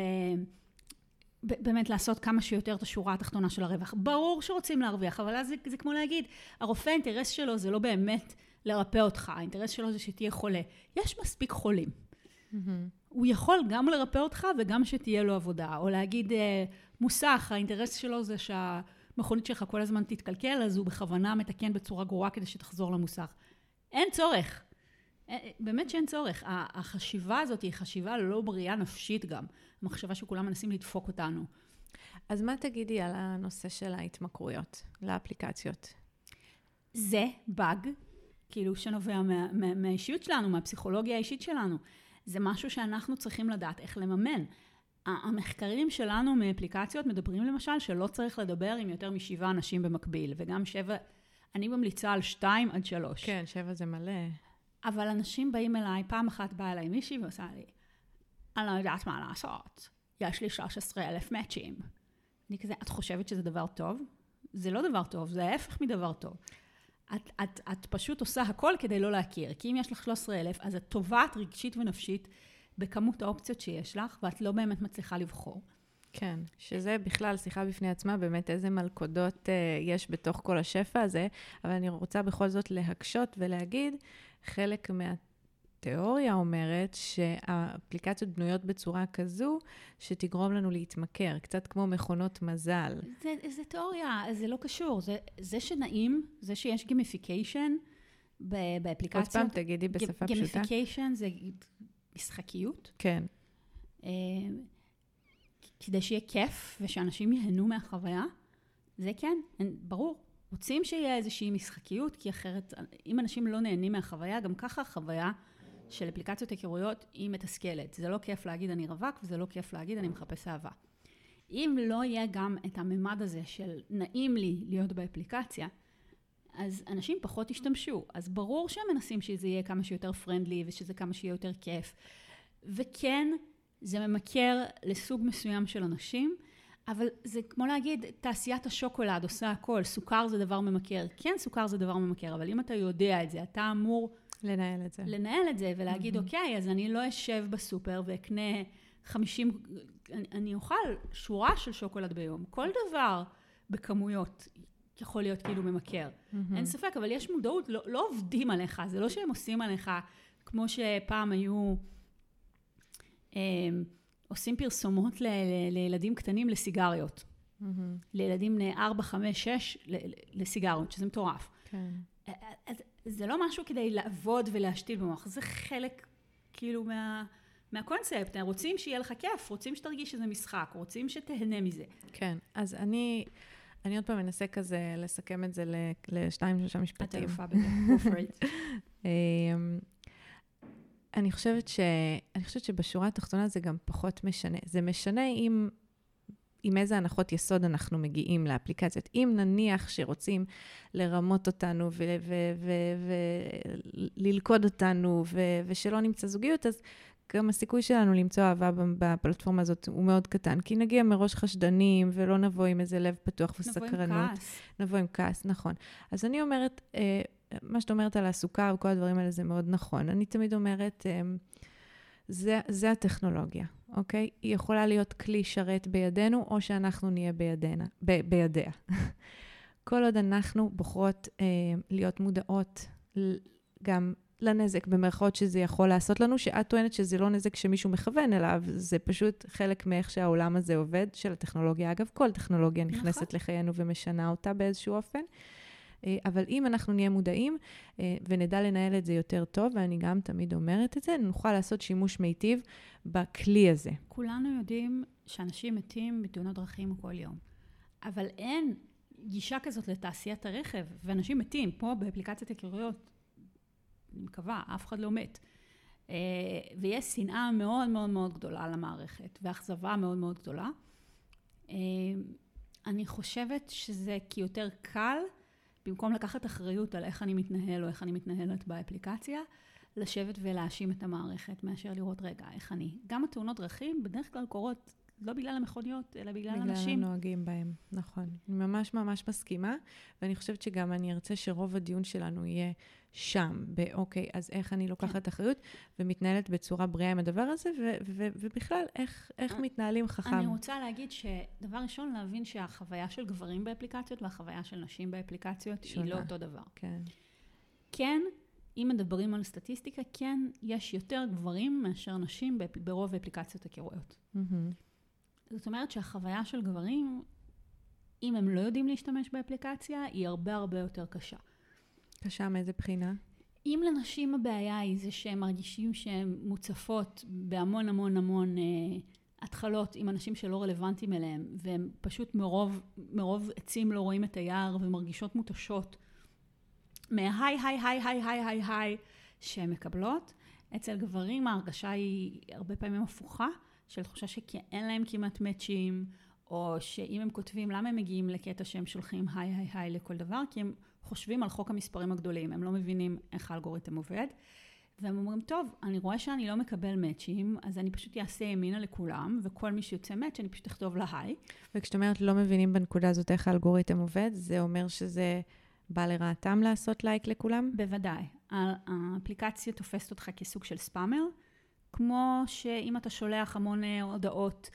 S2: באמת לעשות כמה שיותר את השורה התחתונה של הרווח. ברור שרוצים להרוויח, אבל אז זה, זה כמו להגיד, הרופא, האינטרס שלו זה לא באמת לרפא אותך, האינטרס שלו זה שתהיה חולה. יש מספיק חולים. Mm-hmm. הוא יכול גם לרפא אותך וגם שתהיה לו עבודה. או להגיד, מוסך, האינטרס שלו זה שהמכונית שלך כל הזמן תתקלקל, אז הוא בכוונה מתקן בצורה גרועה כדי שתחזור למוסך. אין צורך. באמת שאין צורך. החשיבה הזאת היא חשיבה לא בריאה נפשית גם. המחשבה שכולם מנסים לדפוק אותנו.
S1: אז מה תגידי על הנושא של ההתמכרויות לאפליקציות?
S2: זה באג, כאילו שנובע מה, מה, מהאישיות שלנו, מהפסיכולוגיה האישית שלנו. זה משהו שאנחנו צריכים לדעת איך לממן. המחקרים שלנו מאפליקציות מדברים למשל שלא צריך לדבר עם יותר משבעה אנשים במקביל, וגם שבע, אני ממליצה על שתיים עד שלוש.
S1: כן, שבע זה מלא.
S2: אבל אנשים באים אליי, פעם אחת באה אליי מישהי ועושה לי, אני לא יודעת מה לעשות. יש לי שלושה עשר אלף מאצ'ים. אני כזה, את חושבת שזה דבר טוב? זה לא דבר טוב, זה ההפך מדבר טוב. את, את, את פשוט עושה הכל כדי לא להכיר. כי אם יש לך שלושה עשר אלף, אז את טובעת רגשית ונפשית בכמות האופציות שיש לך, ואת לא באמת מצליחה לבחור.
S1: כן, שזה בכלל שיחה בפני עצמה, באמת איזה מלכודות אה, יש בתוך כל השפע הזה, אבל אני רוצה בכל זאת להקשות ולהגיד, חלק מה... תיאוריה אומרת שהאפליקציות בנויות בצורה כזו שתגרום לנו להתמכר, קצת כמו מכונות מזל.
S2: זה, זה תיאוריה, זה לא קשור. זה, זה שנעים, זה שיש גימיפיקיישן באפליקציות.
S1: עוד פעם תגידי בשפה פשוטה.
S2: גימיפיקיישן זה משחקיות.
S1: כן.
S2: כדי שיהיה כיף ושאנשים ייהנו מהחוויה, זה כן, ברור. רוצים שיהיה איזושהי משחקיות, כי אחרת, אם אנשים לא נהנים מהחוויה, גם ככה החוויה של אפליקציות היכרויות היא מתסכלת. זה לא כיף להגיד אני רווק, וזה לא כיף להגיד אני מחפש אהבה. אם לא יהיה גם את הממד הזה של נעים לי להיות באפליקציה, אז אנשים פחות ישתמשו. אז ברור שהם מנסים שזה יהיה כמה שיותר פרנדלי, ושזה כמה שיהיה יותר כיף. וכן, זה ממכר לסוג מסוים של אנשים, אבל זה כמו להגיד, תעשיית השוקולד עושה הכל, סוכר זה דבר ממכר. כן, סוכר זה דבר ממכר, אבל אם אתה יודע את זה, אתה אמור...
S1: לנהל את זה.
S2: לנהל את זה ולהגיד, mm-hmm. אוקיי, אז אני לא אשב בסופר ואקנה חמישים... אני, אני אוכל שורה של שוקולד ביום. כל דבר בכמויות יכול להיות כאילו ממכר. Mm-hmm. אין ספק, אבל יש מודעות, לא, לא עובדים עליך, זה לא שהם עושים עליך, כמו שפעם היו... אה, עושים פרסומות ל- ל- לילדים קטנים לסיגריות. Mm-hmm. לילדים בני ארבע, חמש, שש לסיגריות, שזה מטורף. כן. זה לא משהו כדי לעבוד ולהשתיל במוח, זה חלק כאילו מה, מהקונספט. רוצים שיהיה לך כיף, רוצים שתרגיש שזה משחק, רוצים שתהנה מזה.
S1: כן, אז אני, אני עוד פעם מנסה כזה לסכם את זה לשתיים, שלושה משפטים.
S2: אתה יפה בזה, go for it.
S1: אני חושבת ש... אני חושבת שבשורה התחתונה זה גם פחות משנה. זה משנה אם, עם איזה הנחות יסוד אנחנו מגיעים לאפליקציות. אם נניח שרוצים לרמות אותנו וללכוד אותנו ו- ושלא נמצא זוגיות, אז גם הסיכוי שלנו למצוא אהבה בפלטפורמה הזאת הוא מאוד קטן, כי נגיע מראש חשדנים ולא נבוא עם איזה לב פתוח וסקרנות.
S2: נבוא עם כעס.
S1: נבוא עם כעס, נכון. אז אני אומרת... אה, מה שאת אומרת על הסוכר וכל הדברים האלה זה מאוד נכון. אני תמיד אומרת, זה, זה הטכנולוגיה, אוקיי? היא יכולה להיות כלי שרת בידינו, או שאנחנו נהיה בידינה, ב, בידיה. כל עוד אנחנו בוחרות אה, להיות מודעות גם לנזק במרכאות שזה יכול לעשות לנו, שאת טוענת שזה לא נזק שמישהו מכוון אליו, זה פשוט חלק מאיך שהעולם הזה עובד, של הטכנולוגיה. אגב, כל טכנולוגיה נכנסת נכון. לחיינו ומשנה אותה באיזשהו אופן. אבל אם אנחנו נהיה מודעים ונדע לנהל את זה יותר טוב, ואני גם תמיד אומרת את זה, נוכל לעשות שימוש מיטיב בכלי הזה.
S2: כולנו יודעים שאנשים מתים בתאונות דרכים כל יום, אבל אין גישה כזאת לתעשיית הרכב, ואנשים מתים, פה באפליקציית היכרויות, אני מקווה, אף אחד לא מת. ויש שנאה מאוד מאוד מאוד גדולה למערכת, ואכזבה מאוד מאוד גדולה. אני חושבת שזה כי יותר קל, במקום לקחת אחריות על איך אני מתנהל או איך אני מתנהלת באפליקציה, לשבת ולהאשים את המערכת, מאשר לראות רגע איך אני. גם התאונות דרכים בדרך כלל קורות לא בגלל המכוניות, אלא בגלל אנשים.
S1: בגלל הנוהגים בהם, נכון. אני ממש ממש מסכימה, ואני חושבת שגם אני ארצה שרוב הדיון שלנו יהיה שם, באוקיי, אז איך אני לוקחת אחריות, ומתנהלת בצורה בריאה עם הדבר הזה, ו- ו- ובכלל, איך, איך מתנהלים חכם.
S2: אני רוצה להגיד שדבר ראשון, להבין שהחוויה של גברים באפליקציות, והחוויה של נשים באפליקציות, שונה. היא לא אותו דבר.
S1: כן.
S2: כן, אם מדברים על סטטיסטיקה, כן, יש יותר גברים מאשר נשים ברוב האפליקציות הכירויות.
S1: Mm-hmm.
S2: זאת אומרת שהחוויה של גברים, אם הם לא יודעים להשתמש באפליקציה, היא הרבה הרבה יותר קשה.
S1: קשה מאיזה בחינה?
S2: אם לנשים הבעיה היא זה שהם מרגישים שהן מוצפות בהמון המון המון אה, התחלות עם אנשים שלא רלוונטיים אליהם, והם פשוט מרוב, מרוב עצים לא רואים את היער ומרגישות מותשות, מהי היי היי היי היי היי היי שהן מקבלות. אצל גברים ההרגשה היא הרבה פעמים הפוכה, של תחושה שאין להם כמעט מאצ'ים, או שאם הם כותבים למה הם מגיעים לקטע שהם שולחים היי היי היי לכל דבר, כי הם חושבים על חוק המספרים הגדולים, הם לא מבינים איך האלגוריתם עובד, והם אומרים, טוב, אני רואה שאני לא מקבל מאצ'ים, אז אני פשוט אעשה ימינה לכולם, וכל מי שיוצא מאצ' אני פשוט אכתוב לה היי.
S1: וכשאת אומרת לא מבינים בנקודה הזאת איך האלגוריתם עובד, זה אומר שזה בא לרעתם לעשות לייק לכולם?
S2: בוודאי. האפליקציה תופסת אותך כסוג של ספאמר, כמו שאם אתה שולח המון הודעות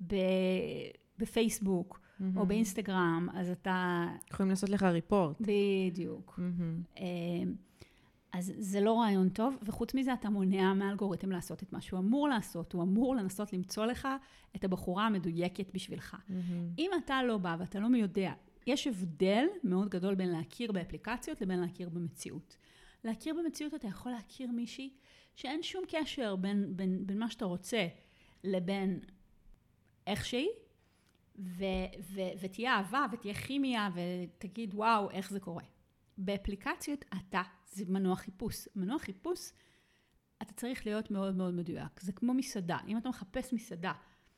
S2: בפייסבוק mm-hmm. או באינסטגרם, אז אתה...
S1: יכולים לעשות לך ריפורט.
S2: בדיוק. Mm-hmm. אז זה לא רעיון טוב, וחוץ מזה אתה מונע מהאלגוריתם לעשות את מה שהוא אמור לעשות. הוא אמור לנסות למצוא לך את הבחורה המדויקת בשבילך. Mm-hmm. אם אתה לא בא ואתה לא יודע, יש הבדל מאוד גדול בין להכיר באפליקציות לבין להכיר במציאות. להכיר במציאות אתה יכול להכיר מישהי שאין שום קשר בין, בין, בין מה שאתה רוצה לבין איך שהיא, ו, ו, ותהיה אהבה ותהיה כימיה ותגיד וואו איך זה קורה. באפליקציות אתה, זה מנוע חיפוש. מנוע חיפוש אתה צריך להיות מאוד מאוד מדויק. זה כמו מסעדה. אם אתה מחפש מסעדה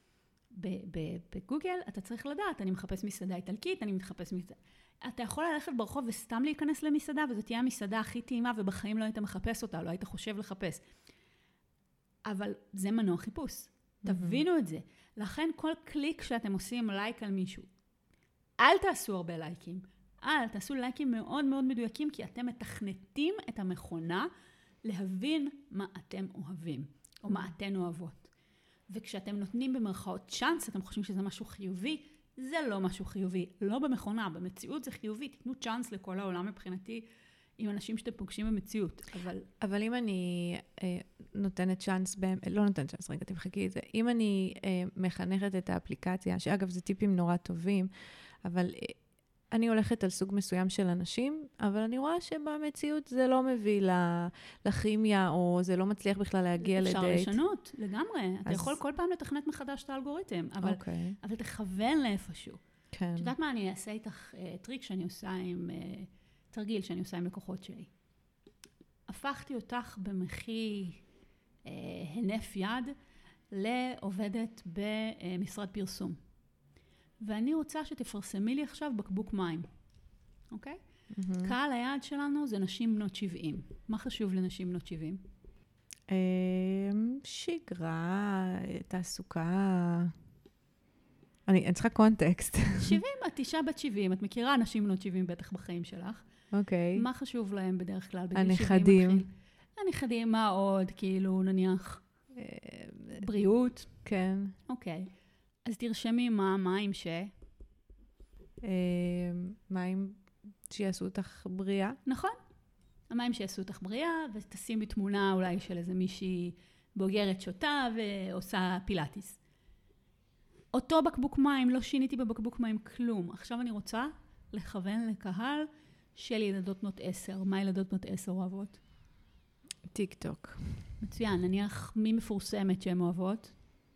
S2: בגוגל, אתה צריך לדעת, אני מחפש מסעדה איטלקית, אני מחפש מסעדה. אתה יכול ללכת ברחוב וסתם להיכנס למסעדה, וזאת תהיה המסעדה הכי טעימה, ובחיים לא היית מחפש אותה, לא היית חושב לחפש. אבל זה מנוע חיפוש. תבינו את זה. לכן כל קליק שאתם עושים לייק על מישהו, אל תעשו הרבה לייקים. אל תעשו לייקים מאוד מאוד מדויקים, כי אתם מתכנתים את המכונה להבין מה אתם אוהבים, או מה אתן אוהבות. וכשאתם נותנים במרכאות צ'אנס, אתם חושבים שזה משהו חיובי, זה לא משהו חיובי. לא במכונה, במציאות זה חיובי. תתנו צ'אנס לכל העולם מבחינתי, עם אנשים שאתם פוגשים במציאות. אבל,
S1: אבל אם אני אה, נותנת צ'אנס, בהם, לא נותנת צ'אנס, רגע, תמחקי את זה. אם אני אה, מחנכת את האפליקציה, שאגב, זה טיפים נורא טובים, אבל אה, אני הולכת על סוג מסוים של אנשים, אבל אני רואה שבמציאות זה לא מביא לכימיה, או זה לא מצליח בכלל להגיע לדייט.
S2: אפשר לשנות, לגמרי. אתה יכול כל פעם לתכנת מחדש את האלגוריתם, אבל, אבל תכוון לאיפשהו.
S1: כן.
S2: את יודעת מה, אני אעשה איתך טריק שאני עושה עם, תרגיל שאני עושה עם לקוחות שלי. הפכתי אותך במחי הנף יד לעובדת במשרד פרסום. ואני רוצה שתפרסמי לי עכשיו בקבוק מים. אוקיי? Mm-hmm. קהל היעד שלנו זה נשים בנות שבעים. מה חשוב לנשים בנות שבעים?
S1: שגרה, תעסוקה. אני, אני צריכה קונטקסט.
S2: שבעים, את אישה בת שבעים. את מכירה נשים בנות שבעים בטח בחיים שלך.
S1: אוקיי.
S2: מה חשוב להם בדרך כלל?
S1: הנכדים.
S2: הנכדים, מה עוד? כאילו, נניח, בריאות.
S1: כן.
S2: אוקיי. אז תרשמי מה המים ש...
S1: מים שיעשו אותך בריאה.
S2: נכון. המים שיעשו אותך בריאה, ותשימי תמונה אולי של איזה מישהי בוגרת שותה ועושה פילאטיס. אותו בקבוק מים, לא שיניתי בבקבוק מים כלום. עכשיו אני רוצה לכוון לקהל של ילדות בנות עשר. מה ילדות בנות עשר אוהבות?
S1: טיק טוק.
S2: מצוין. נניח מי מפורסמת שהן אוהבות?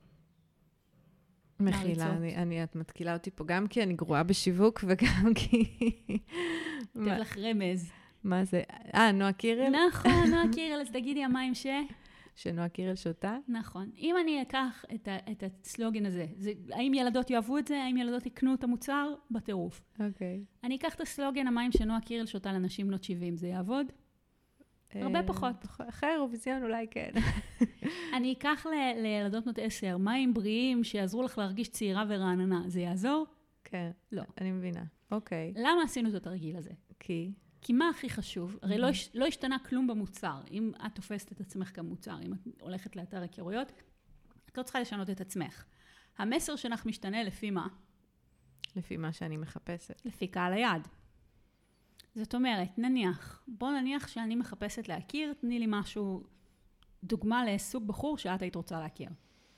S1: מחילה, אני, אני, את מתקילה אותי פה גם כי אני גרועה בשיווק וגם כי...
S2: תן לך רמז.
S1: מה זה? אה, נועה קירל?
S2: נכון, נועה קירל, אז תגידי המים ש...
S1: שנועה קירל שותה?
S2: נכון. אם אני אקח את, ה, את הסלוגן הזה, זה, האם ילדות יאהבו את זה? האם ילדות יקנו את המוצר? בטירוף.
S1: אוקיי.
S2: אני אקח את הסלוגן, המים שנועה קירל שותה לנשים בנות שבעים, זה יעבוד? הרבה פחות.
S1: אחרי האירוויזיון אולי כן.
S2: אני אקח ל, לילדות בנות עשר, מים בריאים שיעזרו לך להרגיש צעירה ורעננה, זה יעזור?
S1: כן.
S2: לא.
S1: אני מבינה. אוקיי.
S2: למה עשינו את התרגיל הזה?
S1: כי?
S2: כי מה הכי חשוב? הרי לא, לא השתנה כלום במוצר. אם את תופסת את עצמך כמוצר, אם את הולכת לאתר היכרויות, את לא צריכה לשנות את עצמך. המסר שלך משתנה לפי מה?
S1: לפי מה שאני מחפשת.
S2: לפי קהל היעד. זאת אומרת, נניח, בוא נניח שאני מחפשת להכיר, תני לי משהו, דוגמה לסוג בחור שאת היית רוצה להכיר.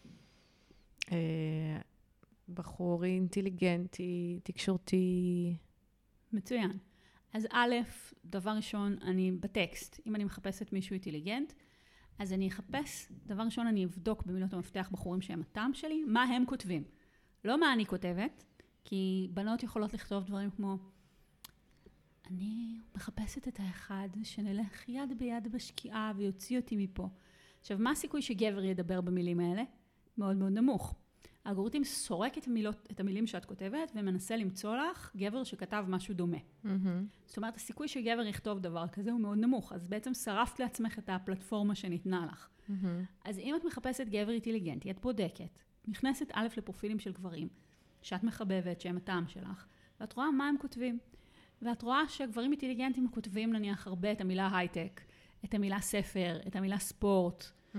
S1: בחור אינטליגנטי, תקשורתי.
S2: מצוין. אז א', דבר ראשון, אני בטקסט, אם אני מחפשת מישהו אינטליגנט, אז אני אחפש, דבר ראשון אני אבדוק במילות המפתח בחורים שהם הטעם שלי, מה הם כותבים. לא מה אני כותבת, כי בנות יכולות לכתוב דברים כמו, אני מחפשת את האחד שנלך יד ביד בשקיעה ויוציא אותי מפה. עכשיו, מה הסיכוי שגבר ידבר במילים האלה? מאוד מאוד נמוך. האלגוריתם סורק את המילות, את המילים שאת כותבת, ומנסה למצוא לך גבר שכתב משהו דומה. Mm-hmm. זאת אומרת, הסיכוי שגבר יכתוב דבר כזה הוא מאוד נמוך, אז בעצם שרפת לעצמך את הפלטפורמה שניתנה לך. Mm-hmm. אז אם את מחפשת גבר אינטליגנטי, את בודקת, נכנסת א' לפרופילים של גברים, שאת מחבבת, שהם הטעם שלך, ואת רואה מה הם כותבים. ואת רואה שגברים אינטליגנטים כותבים נניח הרבה את המילה הייטק, את המילה ספר, את המילה ספורט, mm-hmm.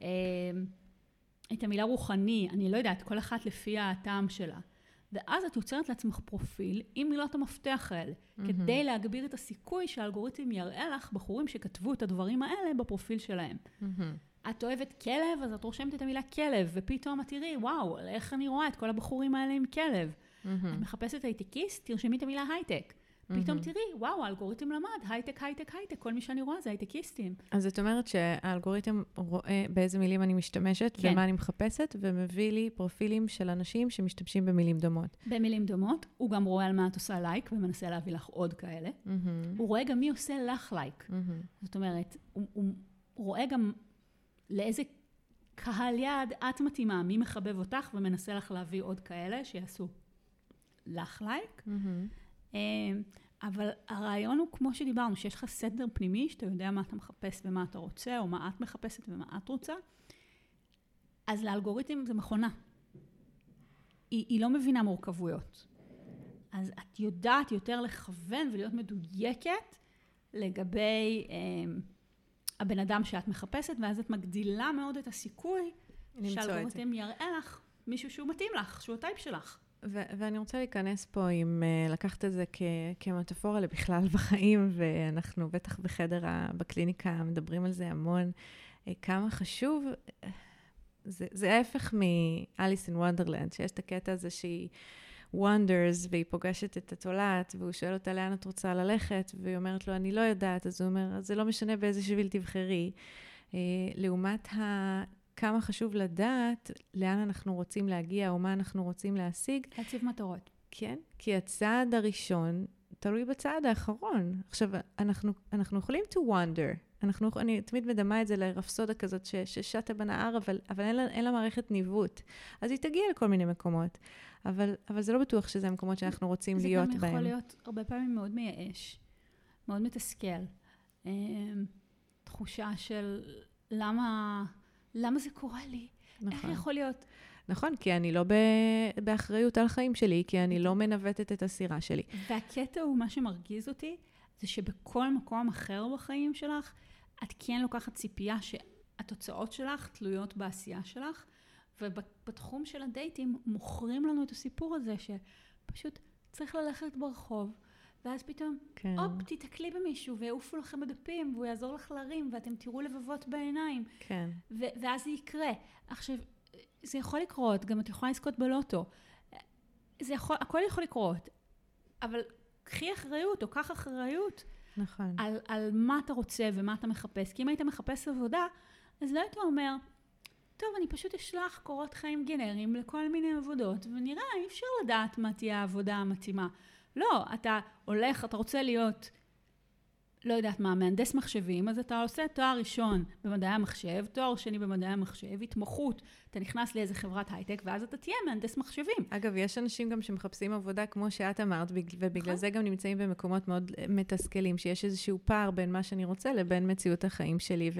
S2: את המילה רוחני, אני לא יודעת, כל אחת לפי הטעם שלה. ואז את יוצרת לעצמך פרופיל עם מילות המפתח האלה, mm-hmm. כדי להגביר את הסיכוי שהאלגוריתם יראה לך בחורים שכתבו את הדברים האלה בפרופיל שלהם. Mm-hmm. את אוהבת כלב, אז את רושמת את המילה כלב, ופתאום את תראי, וואו, איך אני רואה את כל הבחורים האלה עם כלב. Mm-hmm. את מחפשת הייטקיסט, תרשמי את המילה הייטק. פתאום תראי, וואו, האלגוריתם למד, הייטק, הייטק, הייטק, כל מי שאני רואה זה הייטקיסטים.
S1: אז זאת אומרת שהאלגוריתם רואה באיזה מילים אני משתמשת, ומה אני מחפשת, ומביא לי פרופילים של אנשים שמשתמשים במילים דומות.
S2: במילים דומות, הוא גם רואה על מה את עושה לייק, ומנסה להביא לך עוד כאלה. הוא רואה גם מי עושה לך לייק. זאת אומרת, הוא רואה גם לאיזה קהל יעד את מתאימה, מי מחבב אותך, ומנסה לך להביא עוד כאלה שיעשו לך לייק. אבל הרעיון הוא, כמו שדיברנו, שיש לך סדר פנימי, שאתה יודע מה אתה מחפש ומה אתה רוצה, או מה את מחפשת ומה את רוצה, אז לאלגוריתם זה מכונה. היא, היא לא מבינה מורכבויות. אז את יודעת יותר לכוון ולהיות מדויקת לגבי אה, הבן אדם שאת מחפשת, ואז את מגדילה מאוד את הסיכוי שהאלגוריתם יראה לך מישהו שהוא מתאים לך, שהוא הטייפ שלך.
S1: ו- ואני רוצה להיכנס פה עם, uh, לקחת את זה כ- כמטאפורה לבכלל בחיים, ואנחנו בטח בחדר, ה- בקליניקה, מדברים על זה המון, uh, כמה חשוב, זה, זה ההפך מ-Alice in Wonderland, שיש את הקטע הזה שהיא wonders, והיא פוגשת את התולעת, והוא שואל אותה לאן את רוצה ללכת, והיא אומרת לו, אני לא יודעת, אז הוא אומר, זה לא משנה באיזה שביל תבחרי, uh, לעומת ה... כמה חשוב לדעת לאן אנחנו רוצים להגיע, או מה אנחנו רוצים להשיג.
S2: להציב מטרות.
S1: כן, כי הצעד הראשון תלוי בצעד האחרון. עכשיו, אנחנו, אנחנו יכולים to wander. אנחנו, אני תמיד מדמה את זה לרפסודה כזאת ש, ששטה בנהר, אבל, אבל אין לה, אין לה מערכת ניווט. אז היא תגיע לכל מיני מקומות. אבל, אבל זה לא בטוח שזה המקומות שאנחנו רוצים להיות בהם.
S2: זה גם יכול להיות הרבה פעמים מאוד מייאש, מאוד מתסכל. תחושה של למה... למה זה קורה לי? נכון. איך יכול להיות?
S1: נכון, כי אני לא באחריות על החיים שלי, כי אני לא מנווטת את הסירה שלי.
S2: והקטע הוא, מה שמרגיז אותי, זה שבכל מקום אחר בחיים שלך, את כן לוקחת ציפייה שהתוצאות שלך תלויות בעשייה שלך, ובתחום של הדייטים מוכרים לנו את הסיפור הזה, שפשוט צריך ללכת ברחוב, ואז פתאום, כן. אופ, תתקלי במישהו, ויעופו לכם בדפים, והוא יעזור לך להרים, ואתם תראו לבבות בעיניים.
S1: כן.
S2: ו- ואז זה יקרה. עכשיו, זה יכול לקרות, גם את יכולה לזכות בלוטו. זה יכול, הכל יכול לקרות. אבל קחי אחריות, או קח אחריות,
S1: נכון.
S2: על, על מה אתה רוצה ומה אתה מחפש. כי אם היית מחפש עבודה, אז לא היית אומר, טוב, אני פשוט אשלח קורות חיים גנריים לכל מיני עבודות, ונראה, אי אפשר לדעת מה תהיה העבודה המתאימה. לא, אתה הולך, אתה רוצה להיות, לא יודעת מה, מהנדס מחשבים, אז אתה עושה תואר ראשון במדעי המחשב, תואר שני במדעי המחשב, התמחות, אתה נכנס לאיזה חברת הייטק, ואז אתה תהיה מהנדס מחשבים.
S1: אגב, יש אנשים גם שמחפשים עבודה, כמו שאת אמרת, ובגלל זה גם נמצאים במקומות מאוד מתסכלים, שיש איזשהו פער בין מה שאני רוצה לבין מציאות החיים שלי,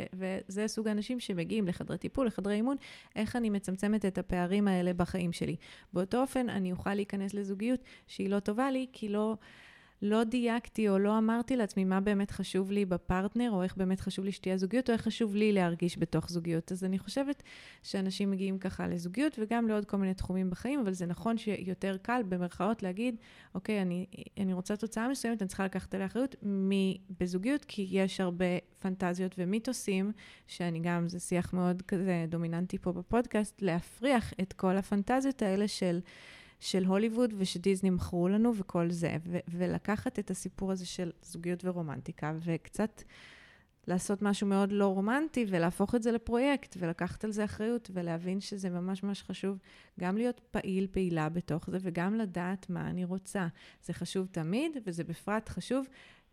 S1: וזה סוג האנשים שמגיעים לחדרי טיפול, לחדרי אימון, איך אני מצמצמת את הפערים האלה בחיים שלי. באותו אופן, אני אוכל להיכנס לזוגיות שהיא לא טובה לי, כי לא... לא דייקתי או לא אמרתי לעצמי מה באמת חשוב לי בפרטנר, או איך באמת חשוב לי שתהיה זוגיות, או איך חשוב לי להרגיש בתוך זוגיות. אז אני חושבת שאנשים מגיעים ככה לזוגיות, וגם לעוד כל מיני תחומים בחיים, אבל זה נכון שיותר קל במרכאות להגיד, אוקיי, אני, אני רוצה תוצאה מסוימת, אני צריכה לקחת עליה אחריות בזוגיות, כי יש הרבה פנטזיות ומיתוסים, שאני גם, זה שיח מאוד כזה דומיננטי פה בפודקאסט, להפריח את כל הפנטזיות האלה של של הוליווד ושדיזני מכרו לנו וכל זה, ו- ולקחת את הסיפור הזה של זוגיות ורומנטיקה, וקצת לעשות משהו מאוד לא רומנטי, ולהפוך את זה לפרויקט, ולקחת על זה אחריות, ולהבין שזה ממש ממש חשוב, גם להיות פעיל, פעילה בתוך זה, וגם לדעת מה אני רוצה. זה חשוב תמיד, וזה בפרט חשוב,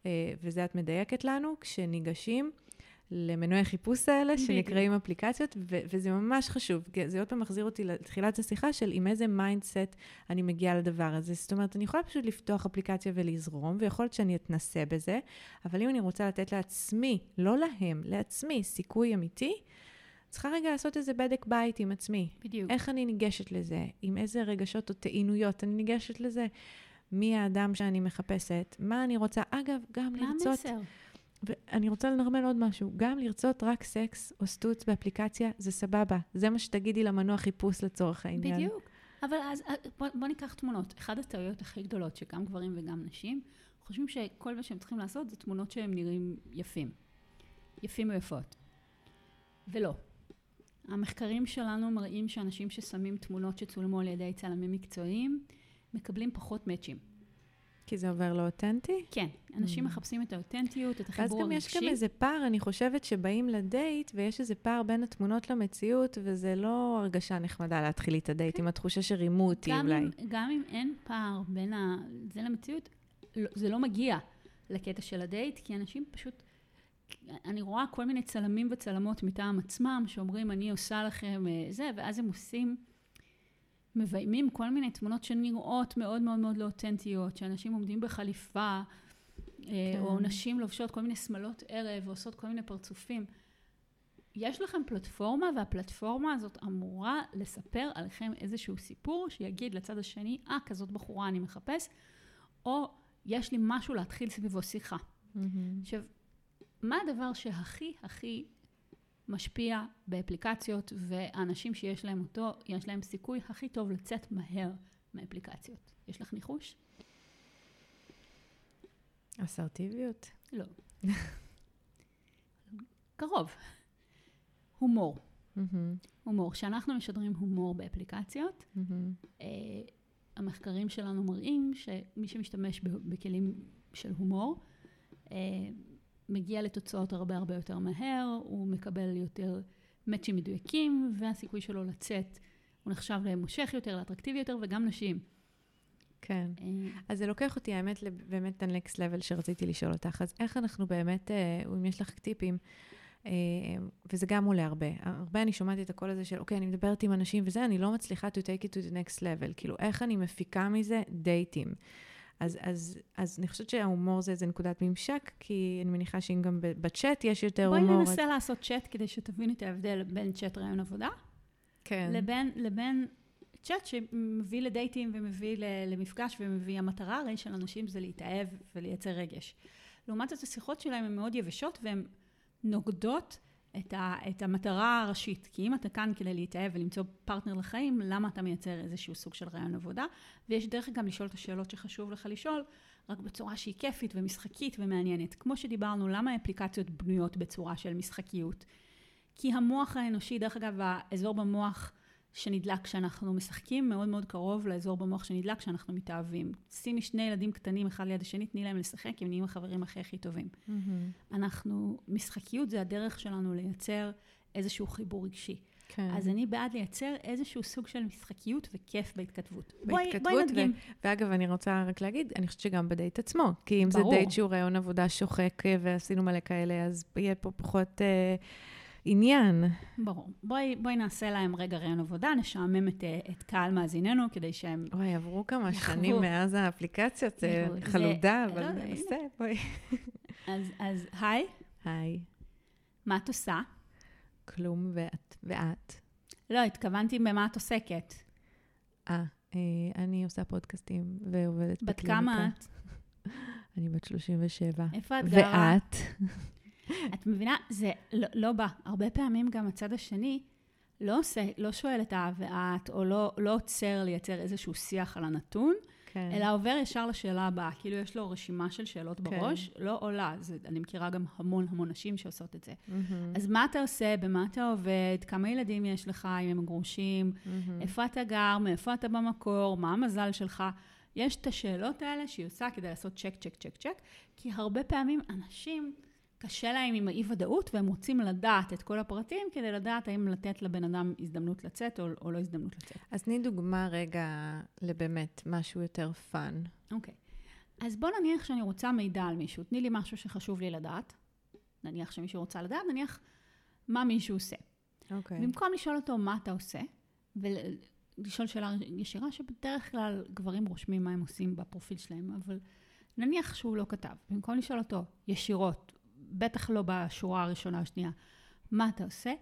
S1: וזה את מדייקת לנו, כשניגשים למנועי חיפוש האלה, שנקראים אפליקציות, ו- וזה ממש חשוב. זה עוד פעם מחזיר אותי לתחילת השיחה של עם איזה מיינדסט אני מגיעה לדבר הזה. זאת אומרת, אני יכולה פשוט לפתוח אפליקציה ולזרום, ויכול להיות שאני אתנסה בזה, אבל אם אני רוצה לתת לעצמי, לא להם, לעצמי, סיכוי אמיתי, צריכה רגע לעשות איזה בדק בית עם עצמי.
S2: בדיוק.
S1: איך אני ניגשת לזה? עם איזה רגשות או טעינויות אני ניגשת לזה? מי האדם שאני מחפשת? מה אני רוצה? אגב, גם לרצות...
S2: מסר.
S1: ואני רוצה לנרמל עוד משהו, גם לרצות רק סקס או סטוץ באפליקציה, זה סבבה. זה מה שתגידי למנוע חיפוש לצורך העניין.
S2: בדיוק. אבל אז בוא, בוא ניקח תמונות. אחד הטעויות הכי גדולות, שגם גברים וגם נשים, חושבים שכל מה שהם צריכים לעשות, זה תמונות שהם נראים יפים. יפים ויפות. ולא. המחקרים שלנו מראים שאנשים ששמים תמונות שצולמו על ידי צלמים מקצועיים, מקבלים פחות מאצ'ים.
S1: כי זה עובר לא אותנטי?
S2: כן. אנשים מחפשים את האותנטיות, את החיבור הרגשי.
S1: אז גם יש גם איזה פער, אני חושבת שבאים לדייט, ויש איזה פער בין התמונות למציאות, וזה לא הרגשה נחמדה להתחיל את הדייט, עם התחושה שרימו אותי אולי.
S2: גם אם אין פער בין זה למציאות, זה לא מגיע לקטע של הדייט, כי אנשים פשוט, אני רואה כל מיני צלמים וצלמות מטעם עצמם, שאומרים, אני עושה לכם זה, ואז הם עושים... מביימים כל מיני תמונות שנראות מאוד מאוד מאוד לא אותנטיות, שאנשים עומדים בחליפה, כן. או נשים לובשות כל מיני שמלות ערב, ועושות כל מיני פרצופים. יש לכם פלטפורמה, והפלטפורמה הזאת אמורה לספר עליכם איזשהו סיפור, שיגיד לצד השני, אה, כזאת בחורה אני מחפש, או יש לי משהו להתחיל סביבו שיחה. Mm-hmm. עכשיו, מה הדבר שהכי הכי משפיע באפליקציות, והאנשים שיש להם אותו, יש להם סיכוי הכי טוב לצאת מהר מאפליקציות. יש לך ניחוש?
S1: אסרטיביות?
S2: לא. קרוב. הומור. Mm-hmm. הומור. כשאנחנו משדרים הומור באפליקציות, mm-hmm. אה, המחקרים שלנו מראים שמי שמשתמש בכלים של הומור, אה, מגיע לתוצאות הרבה הרבה יותר מהר, הוא מקבל יותר מאצ'ים מדויקים, והסיכוי שלו לצאת הוא נחשב למושך יותר, לאטרקטיבי יותר, וגם נשים.
S1: כן. אז זה לוקח אותי, האמת, באמת ה-next level שרציתי לשאול אותך. אז איך אנחנו באמת, אם יש לך טיפים, וזה גם עולה הרבה. הרבה אני שומעת את הקול הזה של, אוקיי, אני מדברת עם אנשים וזה, אני לא מצליחה to take it to the next level. כאילו, איך אני מפיקה מזה דייטים. אז, אז, אז אני חושבת שההומור זה איזה נקודת ממשק, כי אני מניחה שאם גם בצ'אט יש יותר
S2: בואי
S1: הומור.
S2: בואי ננסה לעשות צ'אט כדי שתבין את ההבדל בין צ'אט רעיון עבודה,
S1: כן.
S2: לבין, לבין צ'אט שמביא לדייטים ומביא למפגש ומביא המטרה הרי של אנשים זה להתאהב ולייצר רגש. לעומת זאת, השיחות שלהם הן מאוד יבשות והן נוגדות את, ה, את המטרה הראשית. כי אם אתה כאן כדי להתאהב ולמצוא פרטנר לחיים, למה אתה מייצר איזשהו סוג של רעיון עבודה? ויש דרך גם לשאול את השאלות שחשוב לך לשאול, רק בצורה שהיא כיפית ומשחקית ומעניינת. כמו שדיברנו, למה האפליקציות בנויות בצורה של משחקיות? כי המוח האנושי, דרך אגב, האזור במוח שנדלק כשאנחנו משחקים, מאוד מאוד קרוב לאזור במוח שנדלק כשאנחנו מתאהבים. שימי שני ילדים קטנים אחד ליד השני, תני להם לשחק, הם נהיים החברים הכי הכי טובים. Mm-hmm. אנחנו, משחקיות זה הדרך שלנו לייצר איזשהו חיבור רגשי.
S1: כן.
S2: אז אני בעד לייצר איזשהו סוג של משחקיות וכיף בהתכתבות.
S1: בהתכתבות,
S2: בואי, בואי נדגים.
S1: ו... ואגב, אני רוצה רק להגיד, אני חושבת שגם בדייט עצמו, כי אם
S2: ברור.
S1: זה דייט שהוא רעיון עבודה שוחק, ועשינו מלא כאלה, אז יהיה פה פחות אה, עניין.
S2: ברור. בואי, בואי נעשה להם רגע רעיון עבודה, נשעמם את, את קהל מאזיננו, כדי שהם...
S1: אוי, עברו כמה
S2: יחוו.
S1: שנים מאז האפליקציות, זה
S2: יחוו.
S1: חלודה,
S2: זה...
S1: אבל
S2: לא,
S1: ננסה, בואי.
S2: אז, אז היי,
S1: היי,
S2: מה את עושה?
S1: כלום ואת, ואת.
S2: לא, התכוונתי במה את עוסקת.
S1: אה, אה, אני עושה פודקאסטים ועובדת
S2: בת
S1: בקליניקה.
S2: כמה את?
S1: אני בת שלושים ושבע.
S2: איפה את גרה?
S1: ואת?
S2: את מבינה, זה לא, לא בא. הרבה פעמים גם הצד השני לא עושה, לא שואל את ה ואת, או לא, לא עוצר לייצר איזשהו שיח על הנתון,
S1: כן.
S2: אלא עובר ישר לשאלה הבאה. כאילו יש לו רשימה של שאלות
S1: כן.
S2: בראש, לא עולה. זה, אני מכירה גם המון המון נשים שעושות את זה.
S1: Mm-hmm.
S2: אז מה אתה עושה? במה אתה עובד? כמה ילדים יש לך? אם הם גרושים?
S1: Mm-hmm.
S2: איפה אתה גר? מאיפה אתה במקור? מה המזל שלך? יש את השאלות האלה שהיא עושה כדי לעשות צ'ק, צ'ק, צ'ק, צ'ק, כי הרבה פעמים אנשים קשה להם עם האי-ודאות, והם רוצים לדעת את כל הפרטים, כדי לדעת האם לתת לבן אדם הזדמנות לצאת או, או לא הזדמנות לצאת.
S1: אז תני דוגמה רגע לבאמת משהו יותר פאן.
S2: אוקיי. אז בוא נניח שאני רוצה מידע על מישהו. תני לי משהו שחשוב לי לדעת. נניח שמישהו רוצה לדעת, נניח מה מישהו עושה.
S1: אוקיי.
S2: במקום לשאול אותו מה אתה עושה, ולשאול שאלה ישירה, שבדרך כלל גברים רושמים מה הם עושים בפרופיל שלהם, אבל נניח שהוא לא כתב. במקום לשאול אותו ישירות, בטח לא בשורה הראשונה או השנייה, מה אתה עושה?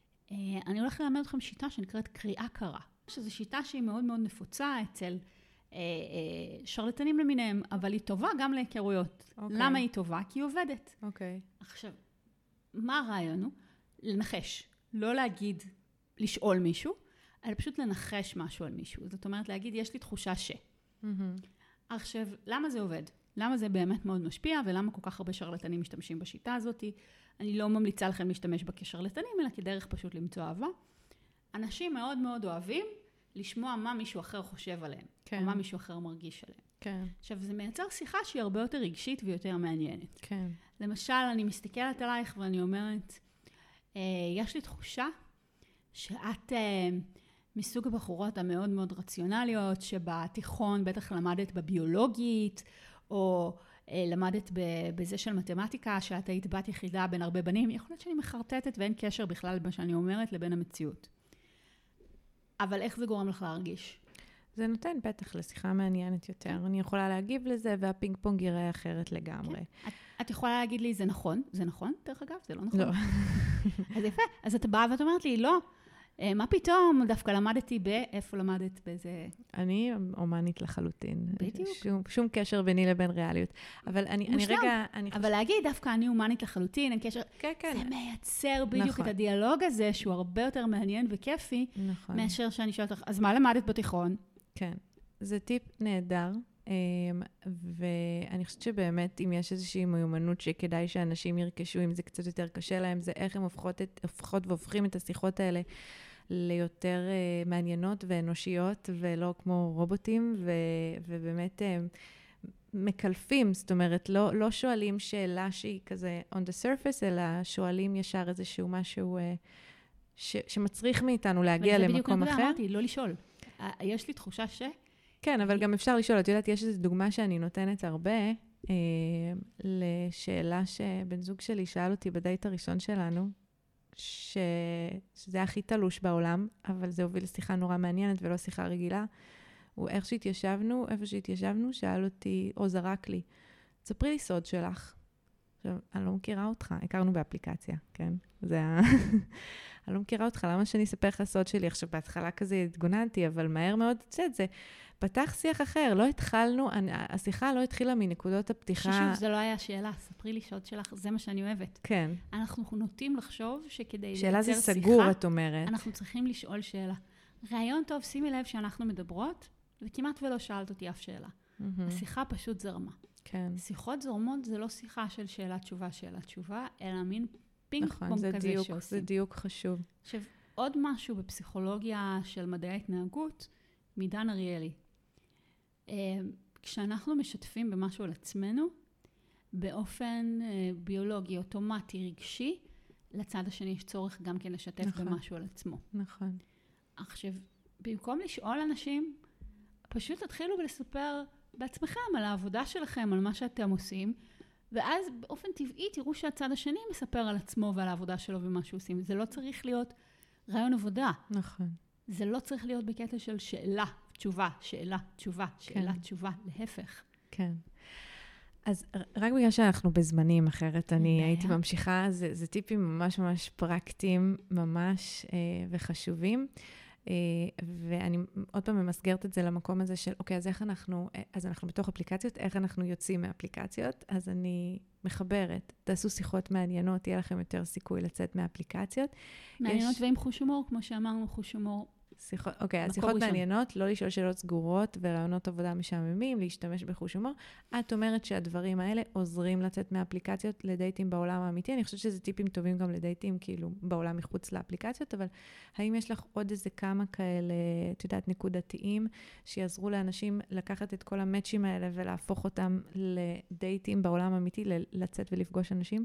S2: אני הולכת ללמד אתכם שיטה שנקראת קריאה קרה. שזו שיטה שהיא מאוד מאוד נפוצה אצל אה, אה, שרלטנים למיניהם, אבל היא טובה גם להיכרויות.
S1: Okay.
S2: למה היא טובה? כי היא עובדת.
S1: אוקיי. Okay.
S2: עכשיו, מה הרעיון הוא? לנחש. לא להגיד, לשאול מישהו, אלא פשוט לנחש משהו על מישהו. זאת אומרת, להגיד, יש לי תחושה ש.
S1: Mm-hmm.
S2: עכשיו, למה זה עובד? למה זה באמת מאוד משפיע, ולמה כל כך הרבה שרלטנים משתמשים בשיטה הזאת? אני לא ממליצה לכם להשתמש בה כשרלטנים, אלא כדרך פשוט למצוא אהבה. אנשים מאוד מאוד אוהבים לשמוע מה מישהו אחר חושב עליהם, כן. או מה מישהו אחר מרגיש עליהם.
S1: כן.
S2: עכשיו, זה מייצר שיחה שהיא הרבה יותר רגשית ויותר מעניינת.
S1: כן.
S2: למשל, אני מסתכלת עלייך ואני אומרת, אה, יש לי תחושה שאת אה, מסוג הבחורות המאוד מאוד רציונליות, שבתיכון בטח למדת בביולוגית, או אה, למדת בזה של מתמטיקה, שאת היית בת יחידה בין הרבה בנים. יכול להיות שאני מחרטטת ואין קשר בכלל בין שאני אומרת לבין המציאות. אבל איך זה גורם לך להרגיש?
S1: זה נותן פתח לשיחה מעניינת יותר. אני יכולה להגיב לזה, והפינג פונג ייראה אחרת לגמרי.
S2: את, את יכולה להגיד לי, זה נכון? זה נכון, דרך אגב? זה לא נכון?
S1: לא.
S2: אז יפה. אז את באה ואת אומרת לי, לא. מה פתאום? דווקא למדתי ב... איפה למדת באיזה...
S1: אני אומנית לחלוטין.
S2: בדיוק.
S1: שום, שום קשר ביני לבין ריאליות. אבל אני, אני רגע... אני
S2: אבל להגיד, דווקא אני אומנית לחלוטין, אין קשר...
S1: כן, כן.
S2: זה מייצר בדיוק
S1: נכון.
S2: את הדיאלוג הזה, שהוא הרבה יותר מעניין וכיפי,
S1: נכון.
S2: מאשר שאני שואלת לך, אז מה למדת בתיכון?
S1: כן. זה טיפ נהדר, ואני חושבת שבאמת, אם יש איזושהי מיומנות שכדאי שאנשים ירכשו, אם זה קצת יותר קשה להם, זה איך הם הופכות, את, הופכות והופכים את השיחות האלה ליותר uh, מעניינות ואנושיות, ולא כמו רובוטים, ו, ובאמת uh, מקלפים, זאת אומרת, לא, לא שואלים שאלה שהיא כזה on the surface, אלא שואלים ישר איזשהו משהו uh, ש, שמצריך מאיתנו להגיע למקום אחר.
S2: אבל זה בדיוק נקודה, אמרתי, לא לשאול. יש לי תחושה ש...
S1: כן, אבל גם אפשר לשאול. את יודעת, יש איזו דוגמה שאני נותנת הרבה, אה, לשאלה שבן זוג שלי שאל אותי בדייט הראשון שלנו, ש... שזה הכי תלוש בעולם, אבל זה הוביל לשיחה נורא מעניינת ולא שיחה רגילה. הוא איך שהתיישבנו, איפה שהתיישבנו, שאל אותי, או זרק לי, תספרי לי סוד שלך. עכשיו, אני לא מכירה אותך, הכרנו באפליקציה, כן? זה ה... אני לא מכירה אותך, למה שאני אספר לך סוד שלי? עכשיו, בהתחלה כזה התגוננתי, אבל מהר מאוד צאת, זה פתח שיח אחר, לא התחלנו, השיחה לא התחילה מנקודות הפתיחה.
S2: ששוב, זה לא היה שאלה, ספרי לי סוד שלך, זה מה שאני אוהבת.
S1: כן.
S2: אנחנו נוטים לחשוב שכדי לייצר
S1: שאלה
S2: שיחה,
S1: זה סגור, את אומרת.
S2: אנחנו צריכים לשאול שאלה. רעיון טוב, שימי לב שאנחנו מדברות, וכמעט ולא שאלת אותי אף שאלה. השיחה פשוט זרמה.
S1: כן.
S2: שיחות זורמות זה לא שיחה של שאלה תשובה, שאלה תשובה, אלא מין פינג
S1: נכון,
S2: פונג
S1: זה
S2: כזה
S1: דיוק,
S2: שעושים.
S1: זה דיוק חשוב.
S2: עכשיו, עוד משהו בפסיכולוגיה של מדעי ההתנהגות, מדן אריאלי. כשאנחנו משתפים במשהו על עצמנו, באופן ביולוגי, אוטומטי, רגשי, לצד השני יש צורך גם כן לשתף
S1: נכון.
S2: במשהו על עצמו.
S1: נכון.
S2: עכשיו, במקום לשאול אנשים, פשוט תתחילו ולספר בעצמכם על העבודה שלכם, על מה שאתם עושים, ואז באופן טבעי תראו שהצד השני מספר על עצמו ועל העבודה שלו ומה שהוא עושים. זה לא צריך להיות רעיון עבודה.
S1: נכון.
S2: זה לא צריך להיות בקטע של שאלה, תשובה, שאלה, תשובה, שאלה,
S1: כן.
S2: תשובה, להפך.
S1: כן. אז רק בגלל שאנחנו בזמנים אחרת, אני
S2: בעיה.
S1: הייתי ממשיכה, זה, זה טיפים ממש ממש פרקטיים, ממש אה, וחשובים. אה, ואני עוד פעם ממסגרת את זה למקום הזה של, אוקיי, אז איך אנחנו, אז אנחנו בתוך אפליקציות, איך אנחנו יוצאים מאפליקציות? אז אני מחברת, תעשו שיחות מעניינות, יהיה לכם יותר סיכוי לצאת מאפליקציות.
S2: מעניינות
S1: יש...
S2: ועם חוש הומור, כמו שאמרנו, חוש הומור.
S1: שיחות, אוקיי, אז
S2: מקור
S1: שיחות
S2: ראשון.
S1: מעניינות, לא לשאול שאלות סגורות ורעיונות עבודה משעממים, להשתמש בחוש הומור. את אומרת שהדברים האלה עוזרים לצאת מאפליקציות לדייטים בעולם האמיתי. אני חושבת שזה טיפים טובים גם לדייטים, כאילו, בעולם מחוץ לאפליקציות, אבל האם יש לך עוד איזה כמה כאלה, את יודעת, נקודתיים, שיעזרו לאנשים לקחת את כל המאצ'ים האלה ולהפוך אותם לדייטים בעולם האמיתי, לצאת ולפגוש אנשים?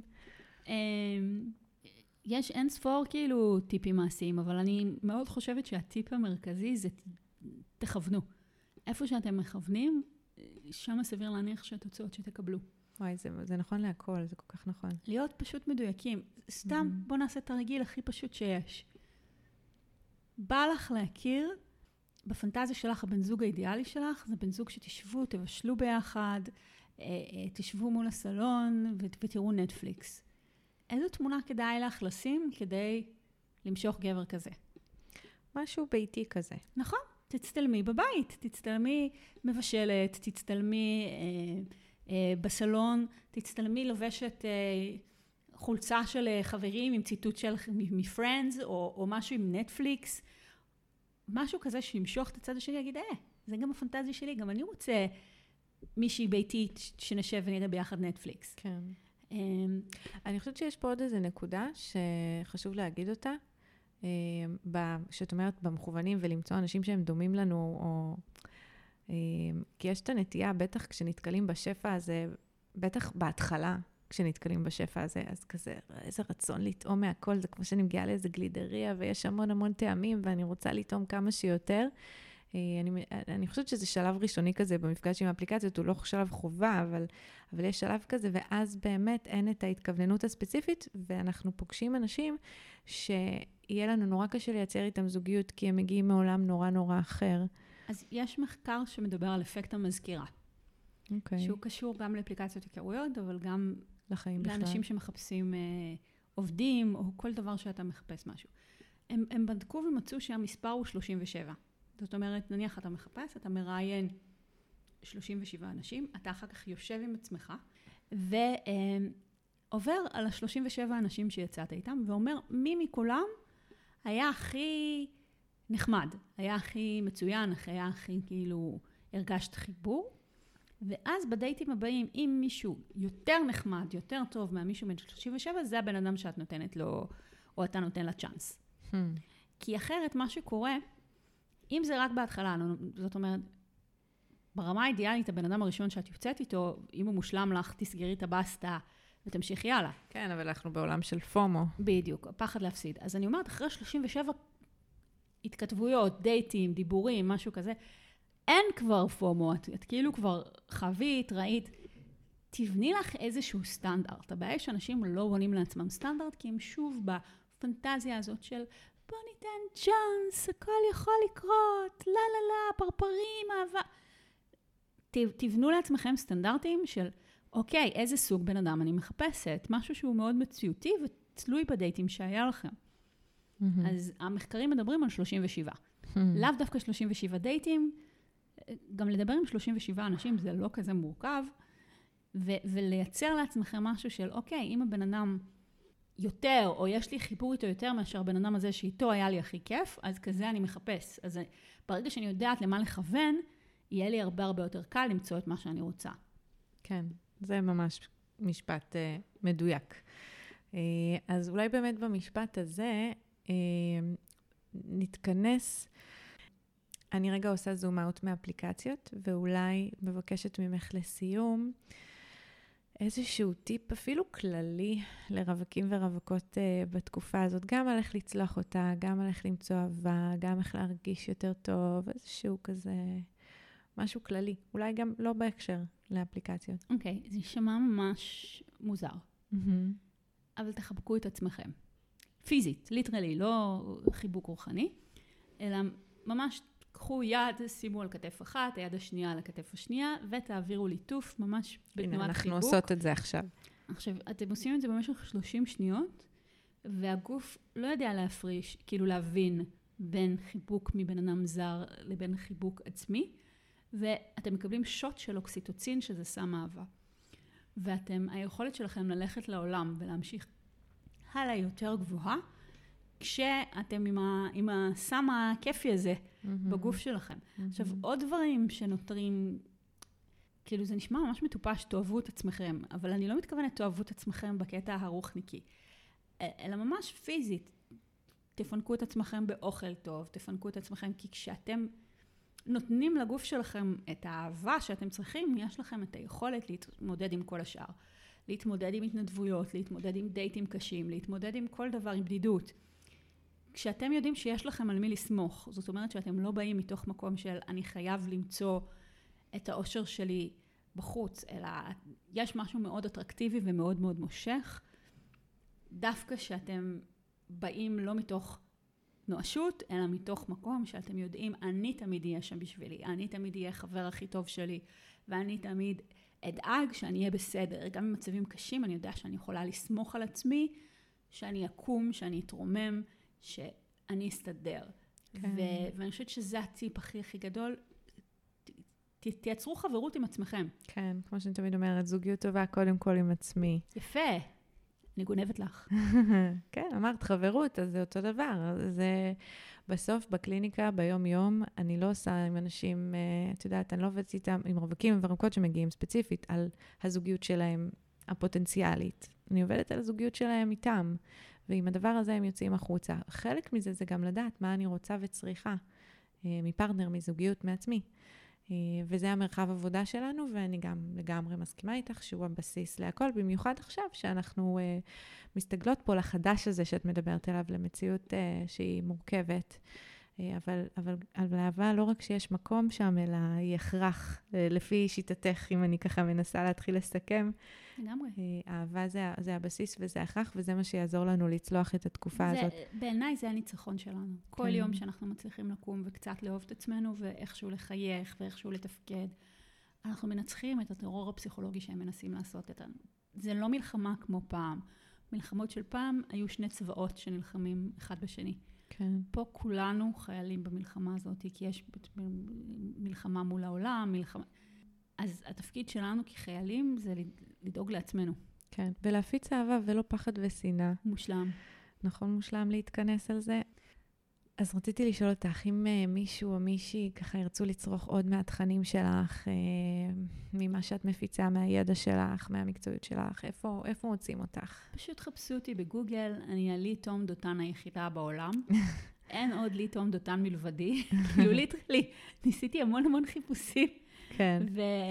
S2: יש אין ספור כאילו טיפים מעשיים, אבל אני מאוד חושבת שהטיפ המרכזי זה תכוונו. איפה שאתם מכוונים, שם סביר להניח שהתוצאות שתקבלו.
S1: וואי, זה, זה נכון להכל, זה כל כך נכון.
S2: להיות פשוט מדויקים. סתם, mm-hmm. בוא נעשה את הרגיל הכי פשוט שיש. בא לך להכיר, בפנטזיה שלך, הבן זוג האידיאלי שלך, זה בן זוג שתשבו, תבשלו ביחד, תשבו מול הסלון ותראו נטפליקס. איזו תמונה כדאי לך לשים כדי למשוך גבר כזה?
S1: משהו ביתי כזה.
S2: נכון, תצטלמי בבית, תצטלמי מבשלת, תצטלמי אה, אה, בסלון, תצטלמי לובשת אה, חולצה של חברים עם ציטוט של מפרנדס, או, או משהו עם נטפליקס, משהו כזה שימשוך את הצד השני, יגיד, אה, זה גם הפנטזיה שלי, גם אני רוצה מישהי ביתית שנשב ונראה ביחד נטפליקס.
S1: כן. אני חושבת שיש פה עוד איזו נקודה שחשוב להגיד אותה, שאת אומרת במכוונים ולמצוא אנשים שהם דומים לנו, או... כי יש את הנטייה, בטח כשנתקלים בשפע הזה, בטח בהתחלה כשנתקלים בשפע הזה, אז כזה, איזה רצון לטעום מהכל, זה כמו שאני מגיעה לאיזה גלידריה, ויש המון המון טעמים, ואני רוצה לטעום כמה שיותר. אני, אני חושבת שזה שלב ראשוני כזה במפגש עם האפליקציות, הוא לא שלב חובה, אבל, אבל יש שלב כזה, ואז באמת אין את ההתכווננות הספציפית, ואנחנו פוגשים אנשים שיהיה לנו נורא קשה לייצר איתם זוגיות, כי הם מגיעים מעולם נורא נורא אחר.
S2: אז יש מחקר שמדבר על אפקט המזכירה.
S1: אוקיי.
S2: שהוא קשור גם לאפליקציות היכרויות, אבל גם
S1: לחיים בכלל.
S2: לאנשים שמחפשים אה, עובדים, או כל דבר שאתה מחפש משהו. הם, הם בדקו ומצאו שהמספר הוא שלושים ושבע. זאת אומרת, נניח אתה מחפש, אתה מראיין שלושים ושבעה אנשים, אתה אחר כך יושב עם עצמך, ועובר על ה-שלושים ושבעה אנשים שיצאת איתם, ואומר מי מכולם היה הכי נחמד, היה הכי מצוין, היה הכי כאילו הרגשת חיבור, ואז בדייטים הבאים, אם מישהו יותר נחמד, יותר טוב מהמישהו בין שלושים ושבע, זה הבן אדם שאת נותנת לו, או אתה נותן לה צ'אנס. Hmm. כי אחרת מה שקורה, אם זה רק בהתחלה, זאת אומרת, ברמה האידיאלית, הבן אדם הראשון שאת יוצאת איתו, אם הוא מושלם לך, תסגרי את הבסטה ותמשיכי הלאה.
S1: כן, אבל אנחנו בעולם של פומו.
S2: בדיוק, הפחד להפסיד. אז אני אומרת, אחרי שלושים ושבע התכתבויות, דייטים, דיבורים, משהו כזה, אין כבר פומו, את, את כאילו כבר חווית, ראית, תבני לך איזשהו סטנדרט. הבעיה שאנשים לא בונים לעצמם סטנדרט, כי הם שוב בפנטזיה הזאת של בוא ניתן צ'אנס, הכל יכול לקרות, לא, לא, לא, פרפרים, אהבה. תבנו לעצמכם סטנדרטים של, אוקיי, איזה סוג בן אדם אני מחפשת, משהו שהוא מאוד מציאותי ותלוי בדייטים שהיה לכם. Mm-hmm. אז המחקרים מדברים על שלושים ושבע. Mm-hmm. לאו דווקא שלושים ושבע דייטים, גם לדבר עם שלושים ושבעה אנשים זה לא כזה מורכב, ו- ולייצר לעצמכם משהו של, אוקיי, אם הבן אדם יותר, או יש לי חיבור איתו יותר מאשר הבן אדם הזה שאיתו היה לי הכי כיף, אז כזה אני מחפש. אז ברגע שאני יודעת למה לכוון, יהיה לי הרבה הרבה יותר קל למצוא את מה שאני רוצה.
S1: כן, זה ממש משפט uh, מדויק. Uh, אז אולי באמת במשפט הזה uh, נתכנס, אני רגע עושה זום אאוט מאפליקציות, ואולי מבקשת ממך לסיום, uh, איזשהו טיפ אפילו כללי לרווקים ורווקות uh, בתקופה הזאת, גם על איך לצלוח אותה, גם על איך למצוא אהבה, גם איך להרגיש יותר טוב, איזשהו כזה, משהו כללי. אולי גם לא בהקשר לאפליקציות.
S2: אוקיי, okay, זה נשמע ממש מוזר.
S1: Mm-hmm.
S2: אבל תחבקו את עצמכם. פיזית, ליטרלי, לא חיבוק רוחני, אלא ממש קחו יד, שימו על כתף אחת, היד השנייה על הכתף השנייה, ותעבירו ליטוף ממש בתנועת חיבוק.
S1: אנחנו עושות את זה עכשיו.
S2: עכשיו, אתם עושים את זה במשך שלושים שניות, והגוף לא יודע להפריש, כאילו להבין בין חיבוק מבן אדם זר לבין חיבוק עצמי, ואתם מקבלים שוט של אוקסיטוצין, שזה סם אהבה. ואתם, היכולת שלכם ללכת לעולם ולהמשיך הלאה יותר גבוהה, כשאתם עם, ה, עם הסם הכיפי הזה mm-hmm. בגוף שלכם. Mm-hmm. עכשיו, עוד דברים שנותרים, כאילו זה נשמע ממש מטופש, תאהבו את עצמכם, אבל אני לא מתכוונת תאהבו את עצמכם בקטע הרוחניקי, אלא ממש פיזית. תפנקו את עצמכם באוכל טוב, תפנקו את עצמכם, כי כשאתם נותנים לגוף שלכם את האהבה שאתם צריכים, יש לכם את היכולת להתמודד עם כל השאר. להתמודד עם התנדבויות, להתמודד עם דייטים קשים, להתמודד עם כל דבר, עם בדידות. כשאתם יודעים שיש לכם על מי לסמוך, זאת אומרת שאתם לא באים מתוך מקום של אני חייב למצוא את האושר שלי בחוץ, אלא יש משהו מאוד אטרקטיבי ומאוד מאוד מושך, דווקא שאתם באים לא מתוך נואשות, אלא מתוך מקום שאתם יודעים, אני תמיד אהיה שם בשבילי, אני תמיד אהיה חבר הכי טוב שלי, ואני תמיד אדאג שאני אהיה בסדר. גם במצבים קשים אני יודע שאני יכולה לסמוך על עצמי, שאני אקום, שאני אתרומם, שאני אסתדר. כן. ו- ואני חושבת שזה הטיפ הכי הכי גדול. ת- תייצרו חברות עם עצמכם.
S1: כן, כמו שאני תמיד אומרת, זוגיות טובה קודם כל עם עצמי.
S2: יפה. אני גונבת לך.
S1: כן, אמרת חברות, אז זה אותו דבר. זה בסוף בקליניקה, ביום יום, אני לא עושה עם אנשים, את יודעת, אני לא עובדת איתם, עם רווקים ורווקות שמגיעים ספציפית על הזוגיות שלהם הפוטנציאלית. אני עובדת על הזוגיות שלהם איתם, ועם הדבר הזה הם יוצאים החוצה. חלק מזה זה גם לדעת מה אני רוצה וצריכה, מפרטנר, מזוגיות, מעצמי. וזה המרחב עבודה שלנו, ואני גם לגמרי מסכימה איתך שהוא הבסיס להכל, במיוחד עכשיו שאנחנו uh, מסתגלות פה לחדש הזה שאת מדברת עליו, למציאות uh, שהיא מורכבת, uh, אבל, אבל, אבל אהבה לא רק שיש מקום שם, אלא היא הכרח, uh, לפי שיטתך, אם אני ככה מנסה להתחיל לסכם.
S2: לגמרי.
S1: Uh, אהבה זה, זה הבסיס וזה הכרח, וזה מה שיעזור לנו לצלוח את התקופה
S2: זה,
S1: הזאת.
S2: בעיניי זה הניצחון שלנו. כל
S1: כן.
S2: יום שאנחנו מצליחים לקום וקצת לאהוב את עצמנו, ואיכשהו לחייך ואיכשהו לתפקד, אנחנו מנצחים את הטרור הפסיכולוגי שהם מנסים לעשות איתנו. זה לא מלחמה כמו פעם. מלחמות של פעם היו שני צבאות שנלחמים אחד בשני.
S1: כן.
S2: פה כולנו חיילים במלחמה הזאת, כי יש מלחמה מול העולם, מלחמה... אז התפקיד שלנו כחיילים זה לדאוג לעצמנו.
S1: כן, ולהפיץ אהבה ולא פחד ושנאה.
S2: מושלם.
S1: נכון, מושלם להתכנס על זה. אז רציתי לשאול אותך, אם uh, מישהו או מישהי ככה ירצו לצרוך עוד מהתכנים שלך, uh, ממה שאת מפיצה, מהידע שלך, מהמקצועיות שלך, איפה, איפה מוצאים אותך?
S2: פשוט חפשו אותי בגוגל, אני הלי תום דותן היחידה בעולם. אין עוד לי תום דותן מלבדי. כאילו ליטרלי, ניסיתי המון המון חיפושים.
S1: כן.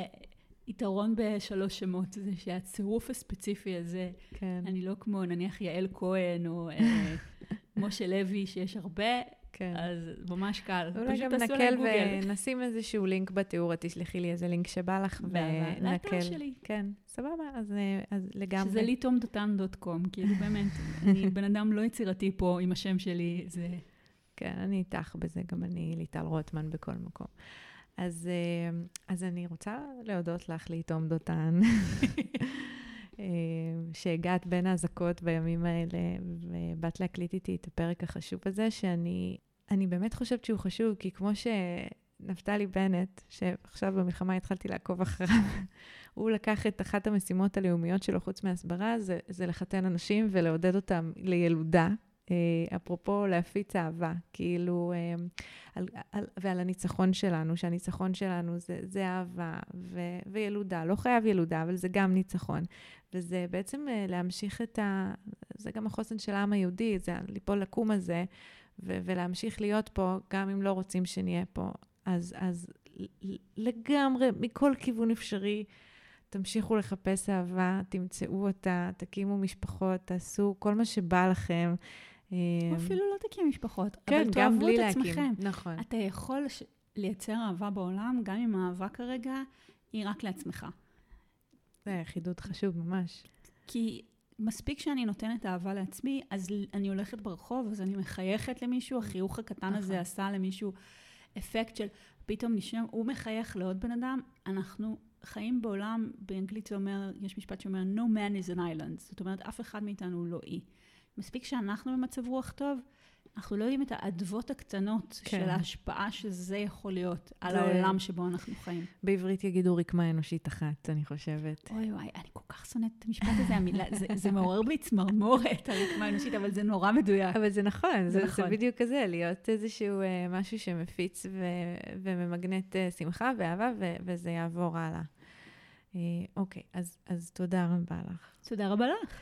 S2: ויתרון בשלוש שמות, זה שהצירוף הספציפי הזה,
S1: כן.
S2: אני לא כמו נניח יעל כהן או אה, משה לוי, שיש הרבה, כן. אז ממש קל.
S1: אולי גם נקל ונשים איזשהו לינק בתיאור, תשלחי לי איזה לינק שבא לך ונקל.
S2: לאתר שלי.
S1: כן, סבבה, אז, אז לגמרי.
S2: שזה לי תום דותן דוט קום, כאילו באמת, אני בן אדם לא יצירתי פה עם השם שלי, זה...
S1: כן, אני איתך בזה, גם אני ליטל רוטמן בכל מקום. אז, אז אני רוצה להודות לך ליתום דותן, שהגעת בין ההזקות בימים האלה, ובאת להקליט איתי את הפרק החשוב הזה, שאני אני באמת חושבת שהוא חשוב, כי כמו שנפתלי בנט, שעכשיו במלחמה התחלתי לעקוב אחריו, הוא לקח את אחת המשימות הלאומיות שלו חוץ מהסברה, זה, זה לחתן אנשים ולעודד אותם לילודה, אפרופו להפיץ אהבה, כאילו, על, על, ועל הניצחון שלנו, שהניצחון שלנו זה, זה אהבה ו, וילודה, לא חייב ילודה, אבל זה גם ניצחון, וזה בעצם להמשיך את ה... זה גם החוסן של העם היהודי, זה ליפול לקום הזה, ו, ולהמשיך להיות פה, גם אם לא רוצים שנהיה פה, אז, אז לגמרי, מכל כיוון אפשרי, תמשיכו לחפש אהבה, תמצאו אותה, תקימו משפחות, תעשו כל מה שבא לכם.
S2: או אפילו לא תקים משפחות,
S1: כן,
S2: אבל
S1: גם
S2: תאהבו
S1: בלי
S2: את
S1: להקים.
S2: עצמכם.
S1: נכון.
S2: אתה יכול ש... לייצר אהבה בעולם, גם אם האהבה כרגע היא רק לעצמך.
S1: זה חידוד חשוב ממש.
S2: כי מספיק שאני נותנת אהבה לעצמי, אז אני הולכת ברחוב, אז אני מחייכת למישהו, החיוך הקטן הזה עשה למישהו אפקט של פתאום נשם, הוא מחייך לעוד בן אדם, אנחנו חיים בעולם, באנגלית זה אומר, יש משפט שאומר, no man is an island, זאת אומרת, אף אחד מאיתנו הוא לא אי. מספיק שאנחנו במצב רוח טוב, אנחנו לא יודעים את העדבות הקטנות
S1: כן.
S2: של ההשפעה שזה יכול להיות על
S1: זה...
S2: העולם שבו אנחנו חיים.
S1: בעברית יגידו רקמה אנושית אחת, אני חושבת.
S2: אוי וואי, אני כל כך שונאת את המשפט הזה, המילה, זה, זה מעורר בי צמרמורת, הרקמה האנושית, אבל זה נורא מדויק.
S1: אבל זה נכון, זה,
S2: זה, נכון.
S1: זה בדיוק כזה, להיות איזשהו אה, משהו שמפיץ ו, וממגנט אה, שמחה ואהבה, ו, וזה יעבור הלאה. אה, אוקיי, אז, אז תודה רבה לך.
S2: תודה רבה לך.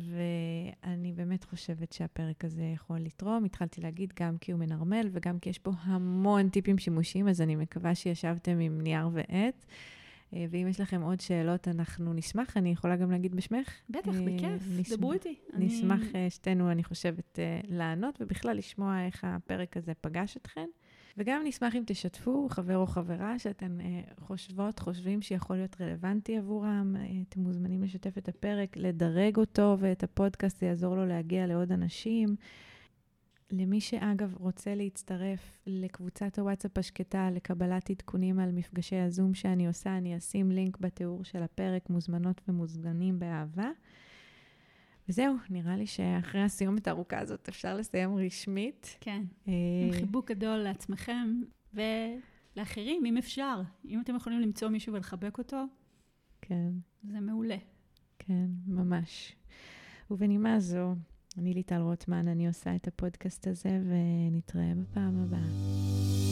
S1: ואני באמת חושבת שהפרק הזה יכול לתרום. התחלתי להגיד גם כי הוא מנרמל, וגם כי יש פה המון טיפים שימושיים, אז אני מקווה שישבתם עם נייר ועט. ואם יש לכם עוד שאלות, אנחנו נשמח. אני יכולה גם להגיד בשמך.
S2: בטח, בכיף.
S1: נשמח,
S2: דברו איתי.
S1: נשמח
S2: אני...
S1: שתינו, אני חושבת, לענות, ובכלל לשמוע איך הפרק הזה פגש אתכן. וגם נשמח אם תשתפו חבר או חברה שאתן אה, חושבות, חושבים שיכול להיות רלוונטי עבורם. אה, אתם מוזמנים לשתף את הפרק, לדרג אותו ואת הפודקאסט, זה יעזור לו להגיע לעוד אנשים. למי שאגב רוצה להצטרף לקבוצת הוואטסאפ השקטה, לקבלת עדכונים על מפגשי הזום שאני עושה, אני אשים לינק בתיאור של הפרק, מוזמנות ומוזמנים באהבה. וזהו, נראה לי שאחרי הסיומת הארוכה הזאת אפשר לסיים רשמית.
S2: כן, עם חיבוק גדול לעצמכם ולאחרים, אם אפשר. אם אתם יכולים למצוא מישהו ולחבק אותו,
S1: כן.
S2: זה מעולה.
S1: כן, ממש. ובנימה זו, אני ליטל רוטמן, אני עושה את הפודקאסט הזה, ונתראה בפעם הבאה.